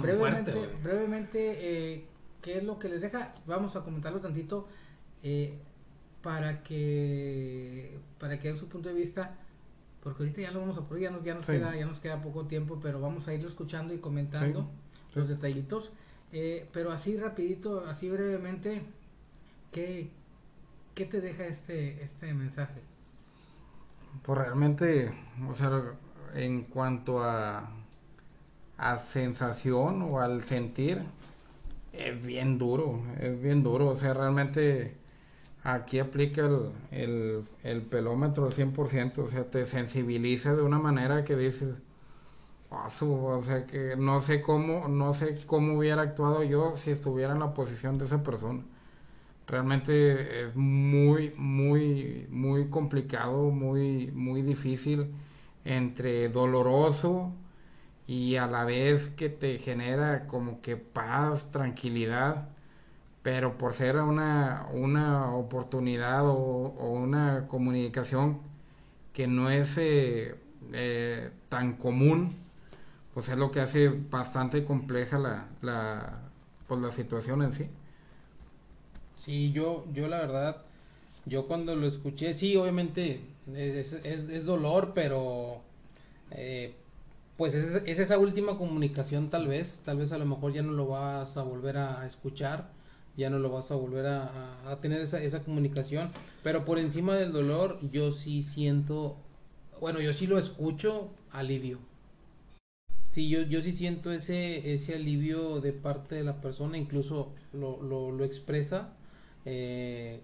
brevemente, ¿qué es lo que les deja? Vamos a comentarlo tantito para que den su punto de vista, porque ahorita ya lo vamos a poner, ya nos queda poco tiempo, pero vamos a irlo escuchando y comentando los detallitos, pero así rapidito, así brevemente, ¿qué te deja este mensaje? Pues realmente, o sea, en cuanto a sensación o al sentir, es bien duro, o sea, realmente aquí aplica el pelómetro al 100%, o sea, te sensibiliza de una manera que dices, o sea, que no sé cómo hubiera actuado yo si estuviera en la posición de esa persona. Realmente es muy complicado, muy difícil, entre doloroso y a la vez que te genera como que paz, tranquilidad, pero por ser una oportunidad o una comunicación que no es tan común, pues es lo que hace bastante compleja pues la situación en sí. Sí, yo la verdad, yo cuando lo escuché, sí, obviamente es dolor, pero eh, pues es esa última comunicación tal vez a lo mejor ya no lo vas a volver a escuchar, ya no lo vas a volver a tener esa comunicación, pero por encima del dolor yo sí siento, bueno, yo sí lo escucho, alivio. Sí, yo sí siento ese alivio de parte de la persona, incluso lo expresa, eh,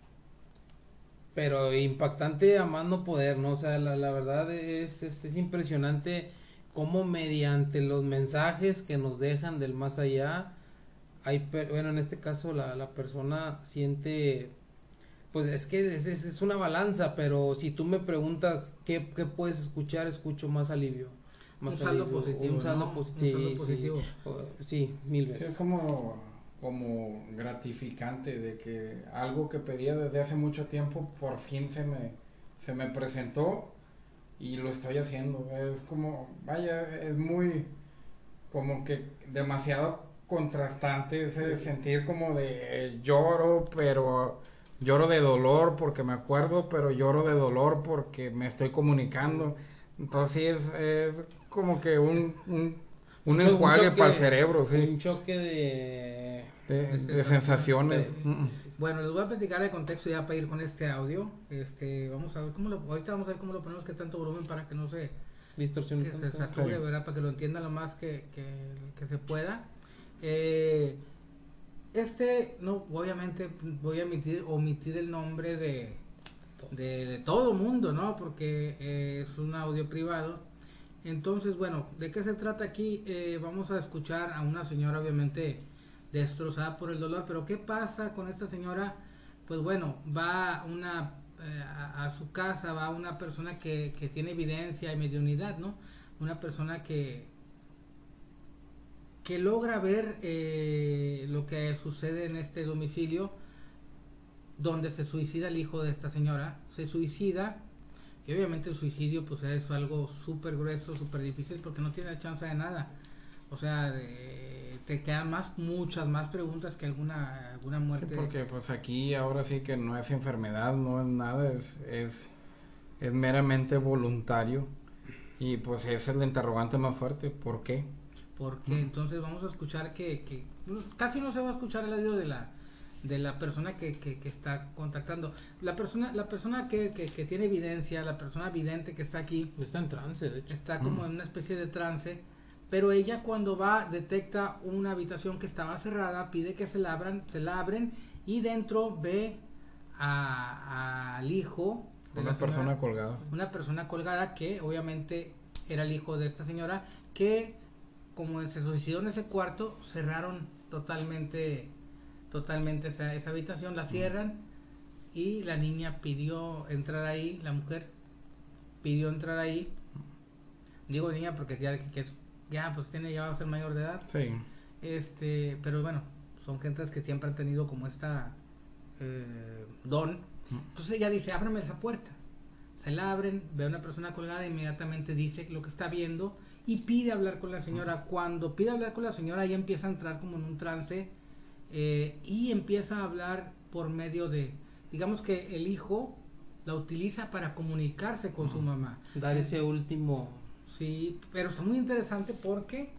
pero impactante a más no poder, ¿no? O sea, la verdad es impresionante cómo mediante los mensajes que nos dejan del más allá, bueno, en este caso la persona siente, pues es que es una balanza, pero si tú me preguntas qué puedes escuchar, escucho Un más saldo alivio, o un positivo, saldo ¿no? Un saldo positivo, sí, positivo. sí, mil Sí, es veces. como gratificante de que algo que pedía desde hace mucho tiempo por fin se me presentó y lo estoy haciendo. Es como, vaya, es muy, como que demasiado contrastante ese sentir como de lloro, pero lloro de dolor porque me acuerdo, pero lloro de dolor porque me estoy comunicando. Entonces sí, es como que un Un enjuague para el choque, cerebro, sí, un choque De de sensaciones. sensaciones. sí, sí. Bueno, les voy a platicar el contexto ya para ir con este audio. Vamos a ver ahorita vamos a ver cómo lo ponemos, que tanto volumen para que no se, Distorsión que se tanto. Sí, sature, ¿verdad? Para que lo entiendan lo más que se pueda. Eh, no, obviamente voy a omitir el nombre de todo mundo, ¿no? Porque es un audio privado. Entonces, bueno, ¿de qué se trata aquí? Vamos a escuchar a una señora obviamente destrozada por el dolor, pero ¿qué pasa con esta señora? Pues bueno, va a su casa, va una persona que tiene evidencia y mediunidad, ¿no? Una persona que logra ver lo que sucede en este domicilio donde se suicida el hijo de esta señora, se suicida y obviamente el suicidio pues es algo súper grueso, súper difícil porque no tiene chance de nada. O sea, te quedan muchas más preguntas que alguna sí, muerte. porque pues aquí ahora sí que no es enfermedad, no es nada, es meramente voluntario y pues ese es el interrogante más fuerte, ¿por qué? Porque entonces vamos a escuchar que casi no se va a escuchar el audio de la persona que está contactando. La persona que tiene evidencia, la persona vidente que está aquí, Está en trance, de hecho. está como en una especie de trance, pero ella cuando va detecta una habitación que estaba cerrada, pide que se la abren y dentro ve al hijo de la Una señora, persona colgada. una persona colgada que obviamente era el hijo de esta señora, que como se suicidó en ese cuarto, cerraron totalmente esa habitación, la cierran y la niña pidió entrar ahí, la mujer pidió entrar ahí. Digo niña porque ya pues ya va a ser mayor de edad. Sí, Pero bueno, son gentes que siempre han tenido como esta don. Entonces ella dice, ábreme esa puerta. Se la abren, ve a una persona colgada, inmediatamente dice lo que está viendo y pide hablar con la señora. Cuando pide hablar con la señora, ella empieza a entrar como en un trance y empieza a hablar por medio digamos que el hijo la utiliza para comunicarse con su mamá. Dar ese último. Sí, pero está muy interesante porque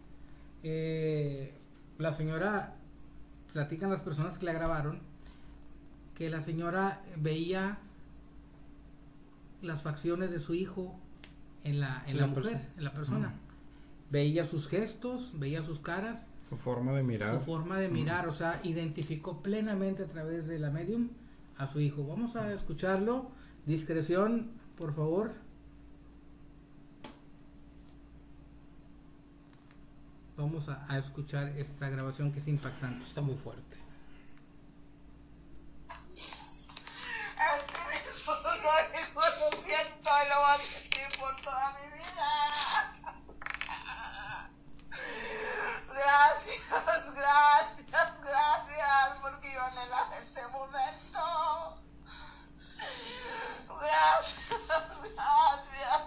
la señora, platican las personas que la grabaron, que la señora veía las facciones de su hijo en la mujer, persona. en la persona. Veía sus gestos, veía sus caras, Su forma de mirar. su forma de mirar, o sea, identificó plenamente a través de la medium a su hijo. Vamos a escucharlo. Discreción, por favor. Vamos a escuchar esta grabación que es impactante. Está muy fuerte. Es que mi hijo lo siento y lo voy a sentir por toda mi vida. Gracias, gracias, gracias, porque yo anhelaba este momento. Gracias, gracias.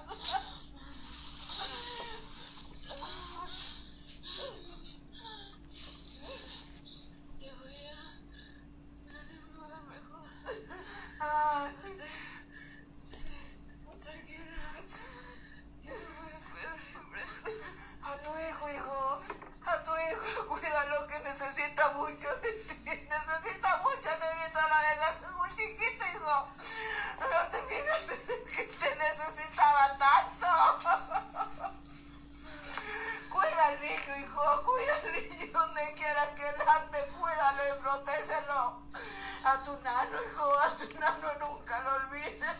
Yo voy a una mejor. Ay, sí, tranquila. Yo voy a cuidar siempre a tu hijo. A tu hijo, cuídalo que necesita mucho de ti. Necesita mucho, negrita, la dejaste muy chiquita, hijo. No te fijas que te necesitaba tanto. Cuida al niño, hijo, cuida al niño donde quiera que él ande, cuídalo y protégelo. A tu nano, hijo, a tu nano nunca lo olvides.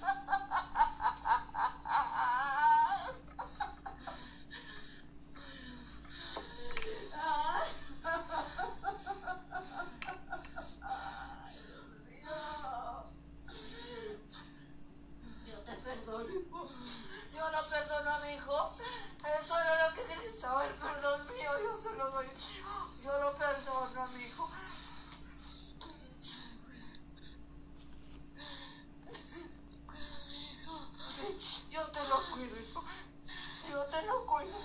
Yo te perdono, hijo. Yo lo perdono a mi hijo. Eso era lo que necesitaba, el perdón mío. Yo se lo doy. Yo lo perdono a mi hijo. Sí, yo te lo cuido, hijo. Yo te lo cuido.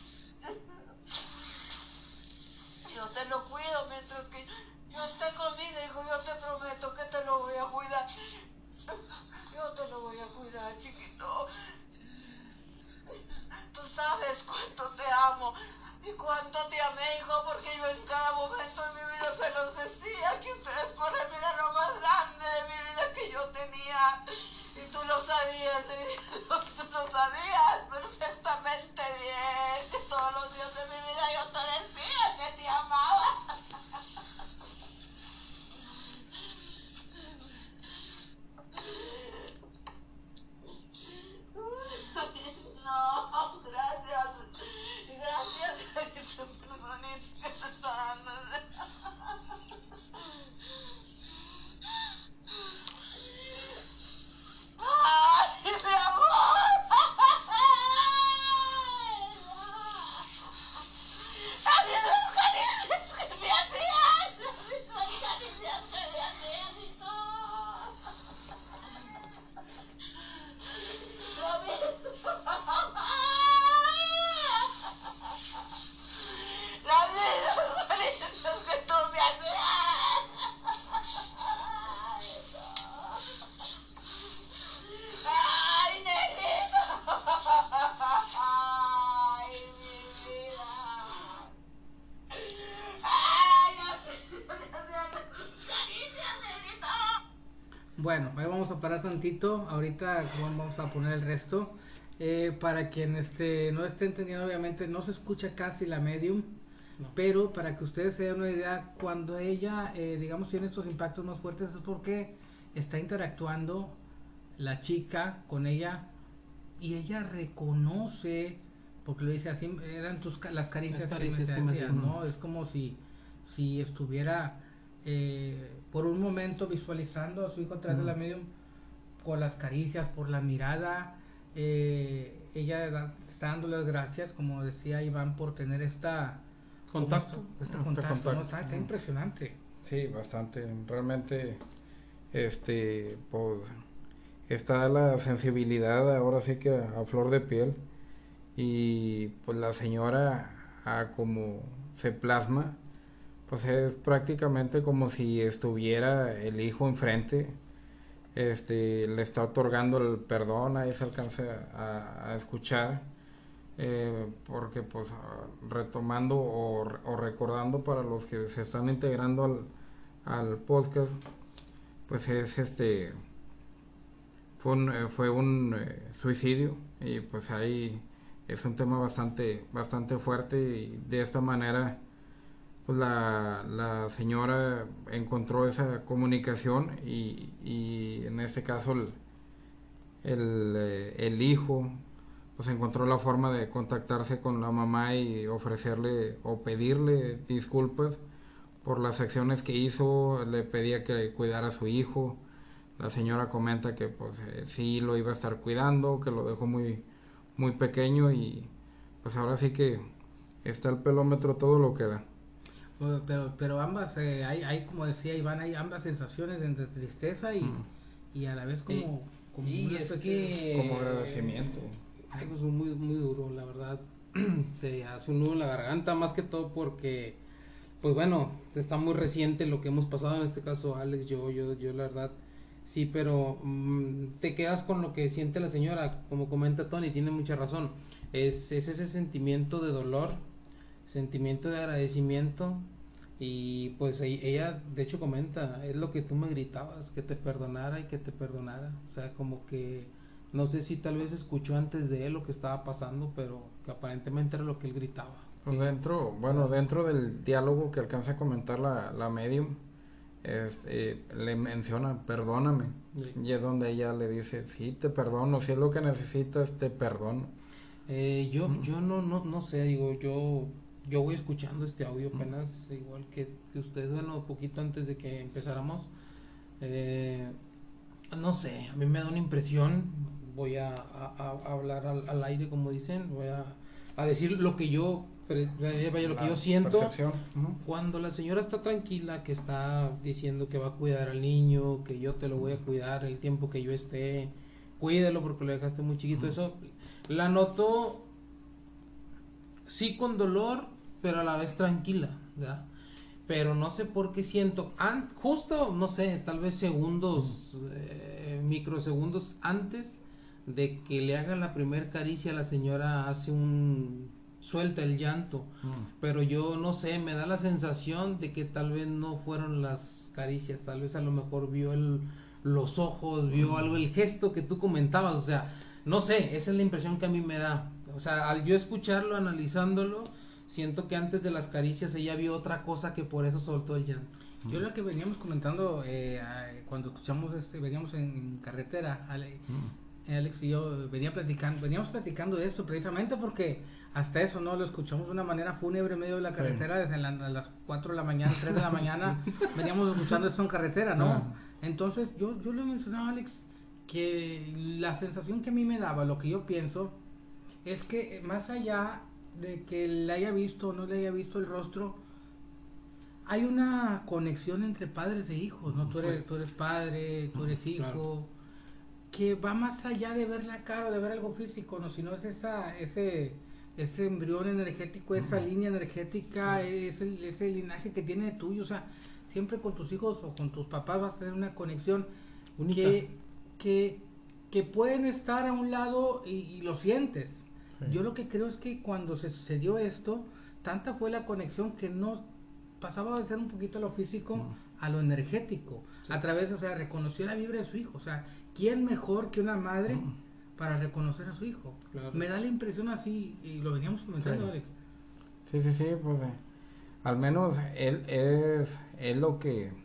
Yo te lo cuido mientras que yo esté con vida, hijo. Yo te prometo que te lo voy a cuidar. Yo te lo voy a cuidar, chiquito. Tú sabes cuánto te amo y cuánto te amé, hijo, porque yo en cada momento de mi vida se los decía que ustedes por mí era lo más grande de mi vida que yo tenía. Y tú lo sabías, tú lo sabías perfectamente bien, que todos los días de mi vida yo te decía que te amaba. No, gracias. Gracias a esta personita que me está dando. ¡Ay, mi amor! ¡Así las caricias que me hacías! ¡Las caricias que me hacías y todo! ¡Lo mismo! Las mismas caricias que tú me hacías. ¡Ay, negrito! ¡Ay, mi vida! ¡Ay, gracias, caricias, negrito! Bueno, ahí vamos a parar tantito. Ahorita vamos a poner el resto. Para quien no esté entendiendo, obviamente no se escucha casi la medium. No. Pero para que ustedes se den una idea, cuando ella, digamos, tiene estos impactos más fuertes es porque está interactuando la chica con ella y ella reconoce, porque lo dice así, eran las caricias, Las caricias que que me me hacías, hacían. ¿no? Es como si estuviera por un momento visualizando a su hijo atrás de la medium con las caricias, por la mirada. Ella está dándole las gracias, como decía Iván, por tener Contacto. este Este contacto, ¿no? contacto. Está impresionante. Sí, bastante. Realmente, pues, está la sensibilidad ahora sí que a flor de piel. Y pues la señora, como se plasma, pues es prácticamente como si estuviera el hijo enfrente. Le está otorgando el perdón, ahí se alcanza a escuchar. Porque pues retomando o recordando para los que se están integrando al podcast, pues es fue un suicidio, y pues ahí es un tema bastante fuerte, y de esta manera pues la señora encontró esa comunicación, y en este caso el hijo pues encontró la forma de contactarse con la mamá y ofrecerle o pedirle disculpas por las acciones que hizo. Le pedía que cuidara a su hijo. La señora comenta que pues sí lo iba a estar cuidando, que lo dejó muy pequeño, y pues ahora sí que está el pelómetro todo lo que da. Pero ambas, hay, como decía Iván, hay ambas sensaciones entre tristeza y a la vez como y una es especie como agradecimiento. Algo es muy duro, la verdad. Se hace un nudo en la garganta, más que todo porque, pues bueno, está muy reciente lo que hemos pasado, en este caso Alex, yo la verdad, sí, pero te quedas con lo que siente la señora, como comenta Tony, tiene mucha razón. Es ese sentimiento de dolor, sentimiento de agradecimiento, y pues ella de hecho comenta, es lo que tú me gritabas, que te perdonara y que te perdonara. O sea, como que no sé si tal vez escuchó antes de él lo que estaba pasando, pero que aparentemente era lo que él gritaba. Pues dentro del diálogo que alcanza a comentar la medium, le menciona perdóname, Sí. y es donde ella le dice sí, te perdono, si es lo que necesitas, te perdono. Yo no sé, digo, yo voy escuchando este audio apenas, igual que ustedes, bueno, poquito antes de que empezáramos. No sé, a mí me da una impresión, voy a hablar al aire, como dicen, voy a decir lo que yo, vaya, lo que yo siento. Percepción. Cuando la señora está tranquila, que está diciendo que va a cuidar al niño, que yo te lo voy a cuidar el tiempo que yo esté, cuídalo porque lo dejaste muy chiquito, eso la noto sí con dolor, pero a la vez tranquila, ¿verdad? Pero no sé por qué siento, justo, no sé, tal vez segundos, microsegundos antes de que le haga la primer caricia, la señora suelta el llanto, pero yo no sé, me da la sensación de que tal vez no fueron las caricias, tal vez a lo mejor vio los ojos, vio algo, el gesto que tú comentabas, o sea, no sé, esa es la impresión que a mí me da. O sea, al yo escucharlo, analizándolo, siento que antes de las caricias ella vio otra cosa que por eso soltó el llanto. Yo lo que veníamos comentando cuando escuchamos veníamos en carretera, Alex y yo veníamos platicando de esto precisamente porque hasta eso no lo escuchamos de una manera fúnebre en medio de la carretera, desde a las 4 de la mañana, 3 de la mañana, veníamos escuchando esto en carretera, ¿no? Entonces yo le mencionaba a Alex que la sensación que a mí me daba, lo que yo pienso, es que más allá de que le haya visto o no le haya visto el rostro, hay una conexión entre padres e hijos, ¿no? Tú eres padre, tú eres hijo, claro, que va más allá de ver la cara o de ver algo físico, ¿no? Sino es ese embrión energético, esa línea energética, ese linaje que tiene tuyo, o sea, siempre con tus hijos o con tus papás vas a tener una conexión única, que pueden estar a un lado y lo sientes. Sí. Yo lo que creo es que cuando se sucedió esto, tanta fue la conexión que no pasaba de ser un poquito lo físico a lo energético, sí, a través, o sea, reconoció la vibra de su hijo, o sea, ¿quién mejor que una madre para reconocer a su hijo? Claro. Me da la impresión así, y lo veníamos comentando, sí, Alex. Sí, pues al menos él es lo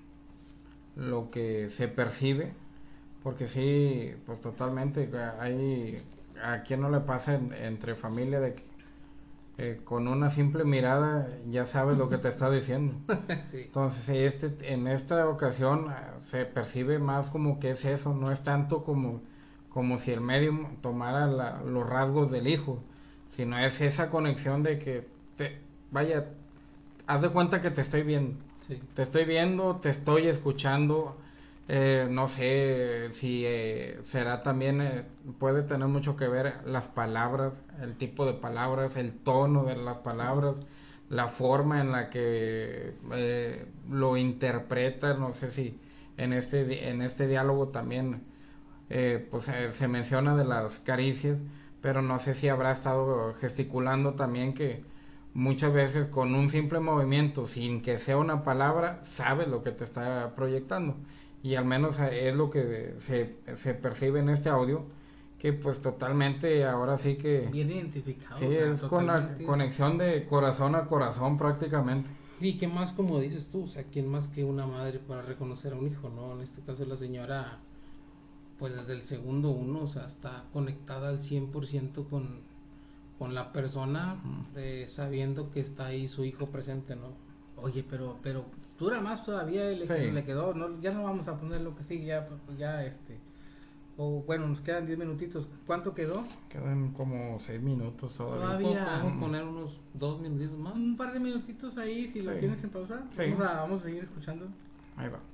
que se percibe, porque sí, pues totalmente, hay a quien no le pasa entre familia de que con una simple mirada ya sabes lo que te está diciendo. Sí. Entonces en esta ocasión se percibe más como que es eso, no es tanto como si el medium tomara los rasgos del hijo, sino es esa conexión de que vaya, haz de cuenta que te estoy viendo, sí, te estoy viendo, te estoy escuchando. No sé si será también, puede tener mucho que ver las palabras, el tipo de palabras, el tono de las palabras, la forma en la que lo interpreta. No sé si en este diálogo también pues se menciona de las caricias, pero no sé si habrá estado gesticulando también, que muchas veces con un simple movimiento, sin que sea una palabra, sabes lo que te está proyectando. y al menos es lo que se percibe en este audio, que pues totalmente ahora sí que Bien identificado. sí, o sea, es con la totalmente. conexión de corazón a corazón prácticamente. Sí, que más como dices tú, o sea, ¿quién más que una madre para reconocer a un hijo, no? En este caso la señora, pues desde el segundo uno, o sea, está conectada al 100% con la persona, sabiendo que está ahí su hijo presente, ¿no? Oye, pero dura más todavía el que Sí. le quedó. No, ya no vamos a poner lo que sigue, ya O bueno, nos quedan 10 minutitos. ¿Cuánto quedó? Quedan como 6 minutos todavía. Todavía. ¿Podemos poner unos 2 minutitos más? Un par de minutitos ahí, si lo Sí. tienes en pausa. Sí. Vamos a seguir escuchando. Ahí va.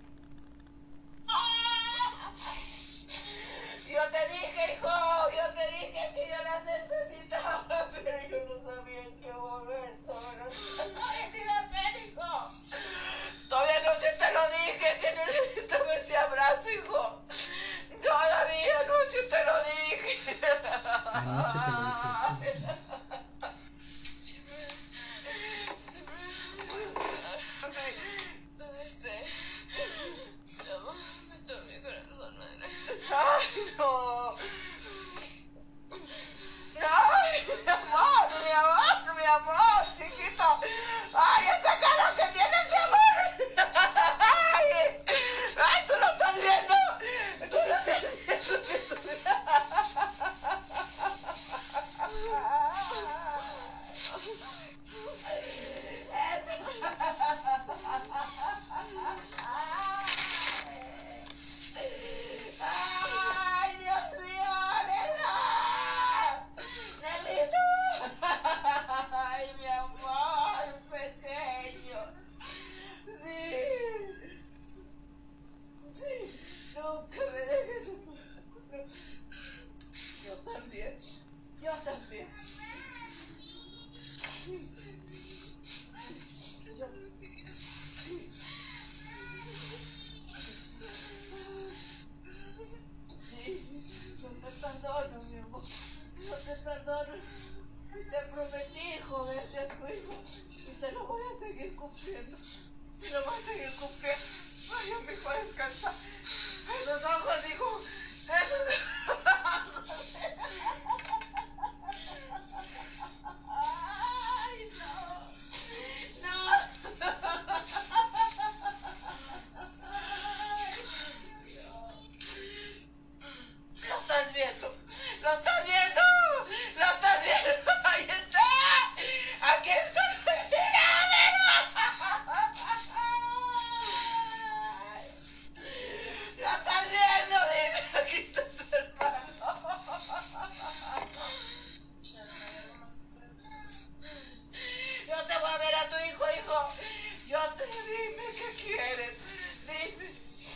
Yo te dije, hijo, yo te dije que yo las necesitaba, pero yo no sabía en qué momento. No sabía ni hacer, hijo. Todavía anoche te lo dije que necesitaba ese abrazo, hijo. Todavía anoche te lo dije. Anoche te lo dije. Sí. ¿Dónde esté? Mi amor, me toma mi corazón, madre. Ay, no. Ay, mi amor, chiquito. Ay, esa cara que tienes, mi amor. Ay, tú lo estás viendo. Tú lo estás Ay, Dios mío, nena. Negrito. Ay, mi amor pequeño. Sí. Sí. Nunca me dejes. Yo también. Yo también. Yo. Sí, yo te perdono, mi amor. Yo te perdono. Y te prometí, hijo, verte a tu hijo. Y te lo voy a seguir cumpliendo. Te lo voy a seguir cumpliendo. Vaya, mi hijo, descansa. Esos ojos, hijo. Esos ojos. Ay, no. No. Lo estás viendo, lo estás viendo, lo estás viendo, ahí está, aquí está tu vida, lo estás viendo, mira, aquí está tu hermano. Yo te voy a ver a tu hijo, hijo, dime qué quieres, dime.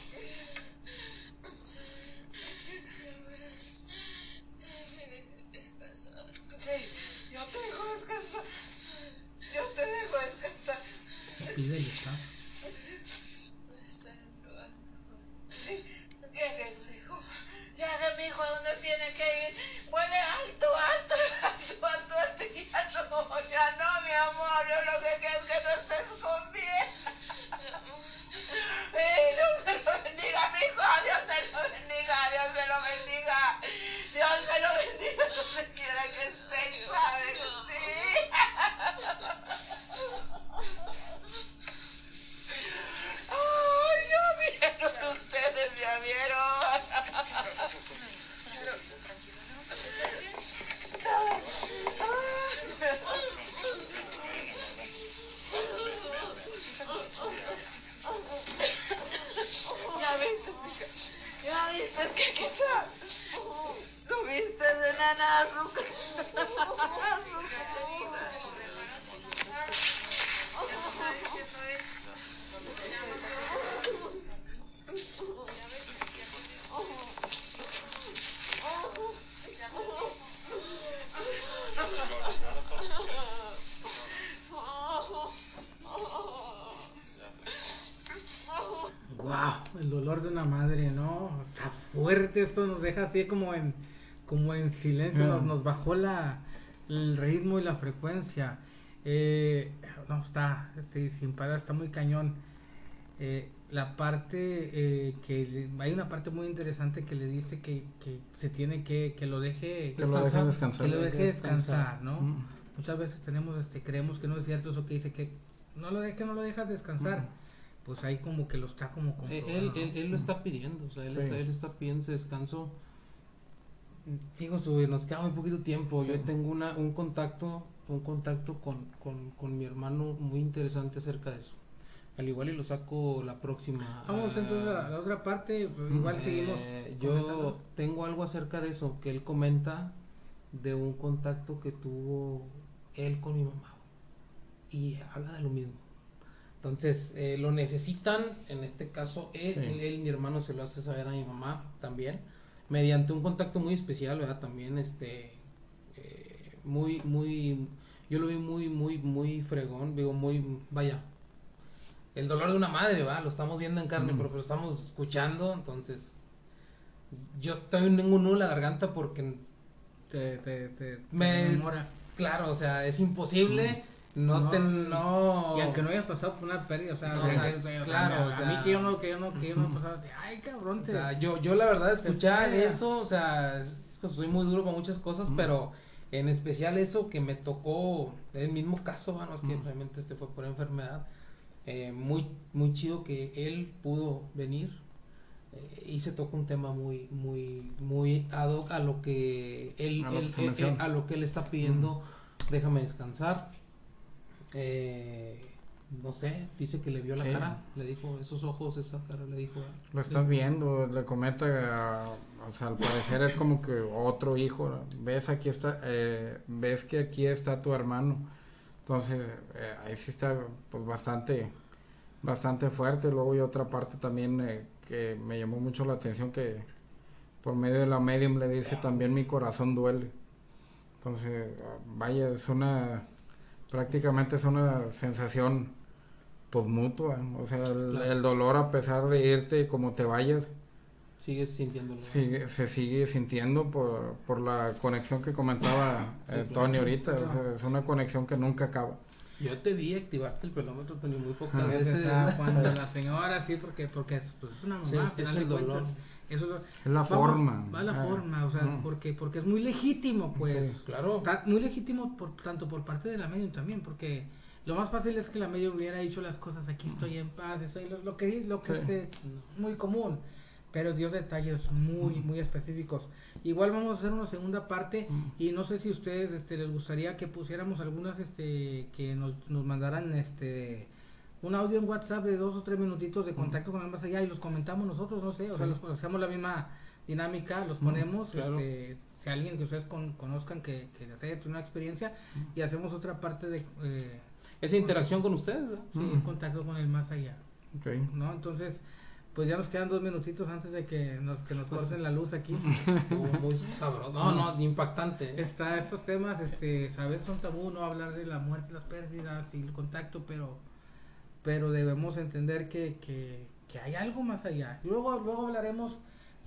Sí, yo te dejo descansar. Yo te dejo descansar. Pide y está. Voy a estar en un lugar mejor. Sí, llegue, hijo. Llegue, mi hijo, a donde tiene que ir. Vuele alto, alto, alto, alto, alto. Y ya no, mi amor. Yo lo que quiero es que no estés con bien. Dios me lo bendiga, mi hijo. Dios me lo bendiga, Dios me lo bendiga. Dios me lo bendiga donde quiera que esté y sabe que sí. Ay, ya vieron ustedes, ya vieron. Ya viste, mija. Ya viste que aquí está. ¿Lo viste de nana azúcar? Wow, el dolor de una madre, ¿no? Está fuerte, esto nos deja así como en silencio, nos bajó el ritmo y la frecuencia. No, está, sí, sin parar, está muy cañón. la parte hay una parte muy interesante que le dice que se tiene que lo deje Que lo deje descansar. que lo deje descansar, ¿no? Mm. Muchas veces creemos que no es cierto eso que dice que no lo dejas descansar. Pues ahí como que lo está como Él comprobando, lo está pidiendo, o sea, él Sí. está pidiendo ese descanso. Digo, nos queda muy poquito tiempo. Sí. Yo tengo un contacto con mi hermano muy interesante acerca de eso. Al igual y lo saco la próxima. Vamos entonces a la otra parte, igual seguimos. Yo comentando. tengo algo acerca de eso, que él comenta de un contacto que tuvo él con mi mamá. Y habla de lo mismo. Entonces, lo necesitan, en este caso, él, mi hermano, se lo hace saber a mi mamá también, mediante un contacto muy especial, ¿verdad? También, yo lo vi muy fregón, digo, vaya, el dolor de una madre, ¿verdad? Lo estamos viendo en carne, pero lo estamos escuchando, entonces, yo tengo un nudo en la garganta porque Te me enamora. claro, o sea, es imposible. No. Y aunque no hayas pasado por una pérdida, o sea, No, o sea, claro, a o sea, mí que yo no he pasado, ay cabrón, O sea, yo la verdad escuchar pega. eso, o sea, pues soy muy duro para muchas cosas, pero en especial eso que me tocó, el mismo caso, bueno, es que realmente fue por enfermedad, muy chido que él pudo venir y se toca un tema muy ad hoc a lo que a lo que él está pidiendo, déjame descansar. No sé, dice que le vio la Sí. cara, le dijo esos ojos, esa cara, le dijo. Lo estás viendo, le comenta, o sea, al parecer es como que otro hijo, ¿no? Ves ves que aquí está tu hermano, entonces ahí sí está pues bastante fuerte. Luego hay otra parte también que me llamó mucho la atención, que por medio de la medium le dice también mi corazón duele. Entonces, vaya, prácticamente es una sensación pues mutua, o sea, Claro. el dolor a pesar de irte como te vayas, Sigues sintiéndolo. se sigue sintiendo por la conexión que comentaba Sí, Tony claro. ahorita, o sea, es una conexión que nunca acaba. Yo te vi activarte el pelómetro, Tony, muy pocas Ah, veces. Cuando la señora, sí, porque es, pues, es una mamá, Sí, al es final el de dolor. cuentas, eso Es la forma. va la Ah, forma, o sea, porque es muy legítimo, pues. Sí. Claro. Muy legítimo tanto por parte de la medium también, porque lo más fácil es que la medium hubiera dicho las cosas, aquí estoy en paz, estoy lo que Sí. es muy común, pero dio detalles muy específicos. Igual vamos a hacer una segunda parte y no sé si ustedes les gustaría que pusiéramos algunas que nos mandaran un audio en WhatsApp de 2 o 3 minutitos de contacto con el más allá y los comentamos nosotros, no sé, o sea, hacemos la misma dinámica, los ponemos, claro. si alguien que ustedes conozcan que les haya tenido una experiencia y hacemos otra parte de Esa interacción con ustedes, ¿no? sí, contacto con el más allá, Ok. ¿no? Entonces, pues ya nos quedan 2 minutitos antes de que nos Pues, corten la luz aquí. Estuvo muy sabroso. No, impactante. Estos temas, sabes, son tabú, no hablar de la muerte, las pérdidas y el contacto, pero debemos entender que hay algo más allá. Y luego hablaremos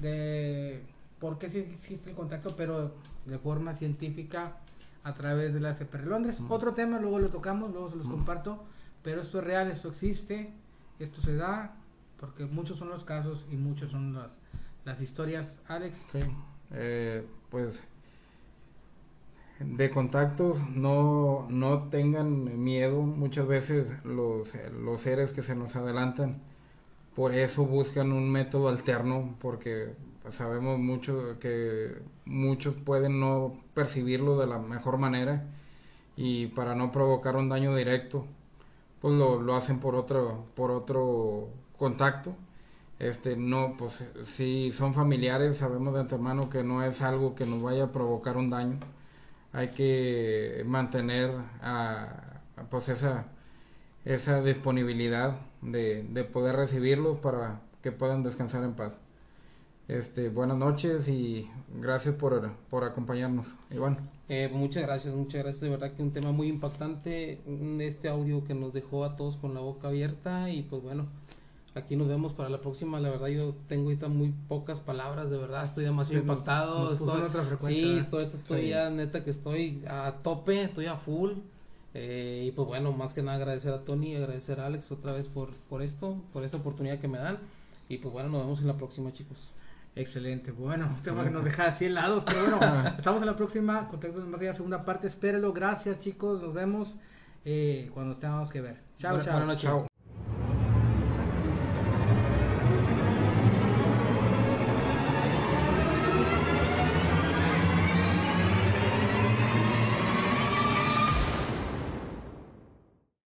de por qué sí existe el contacto, pero de forma científica a través de la CPR Londres. Otro tema, luego lo tocamos, luego se los comparto, pero esto es real, esto existe, esto se da, porque muchos son los casos y muchos son las historias. Alex. Sí, pues de contactos no tengan miedo. Muchas veces los seres que se nos adelantan por eso buscan un método alterno, porque pues, sabemos mucho que muchos pueden no percibirlo de la mejor manera y para no provocar un daño directo pues lo hacen por otro contacto. No, pues si son familiares, sabemos de antemano que no es algo que nos vaya a provocar un daño. Hay que mantener pues esa disponibilidad de poder recibirlos para que puedan descansar en paz. Buenas noches y gracias por acompañarnos, Iván. Muchas gracias, de verdad que un tema muy impactante, este audio que nos dejó a todos con la boca abierta y pues bueno, aquí nos vemos para la próxima. La verdad yo tengo ahorita muy pocas palabras, de verdad estoy demasiado impactado. Nos puso en otra frecuencia, sí, ¿verdad? estoy Sí. ya neta que estoy a tope, estoy a full. Y pues bueno, más que nada agradecer a Tony, agradecer a Alex otra vez por esto, por esta oportunidad que me dan. Y pues bueno, nos vemos en la próxima, chicos. Excelente, bueno, un tema que nos deja así helados, pero bueno, estamos en la próxima, Contacto más allá, segunda parte, espérenlo, gracias chicos, nos vemos cuando tengamos que ver. Chao, chao. Buenas noches. Chao.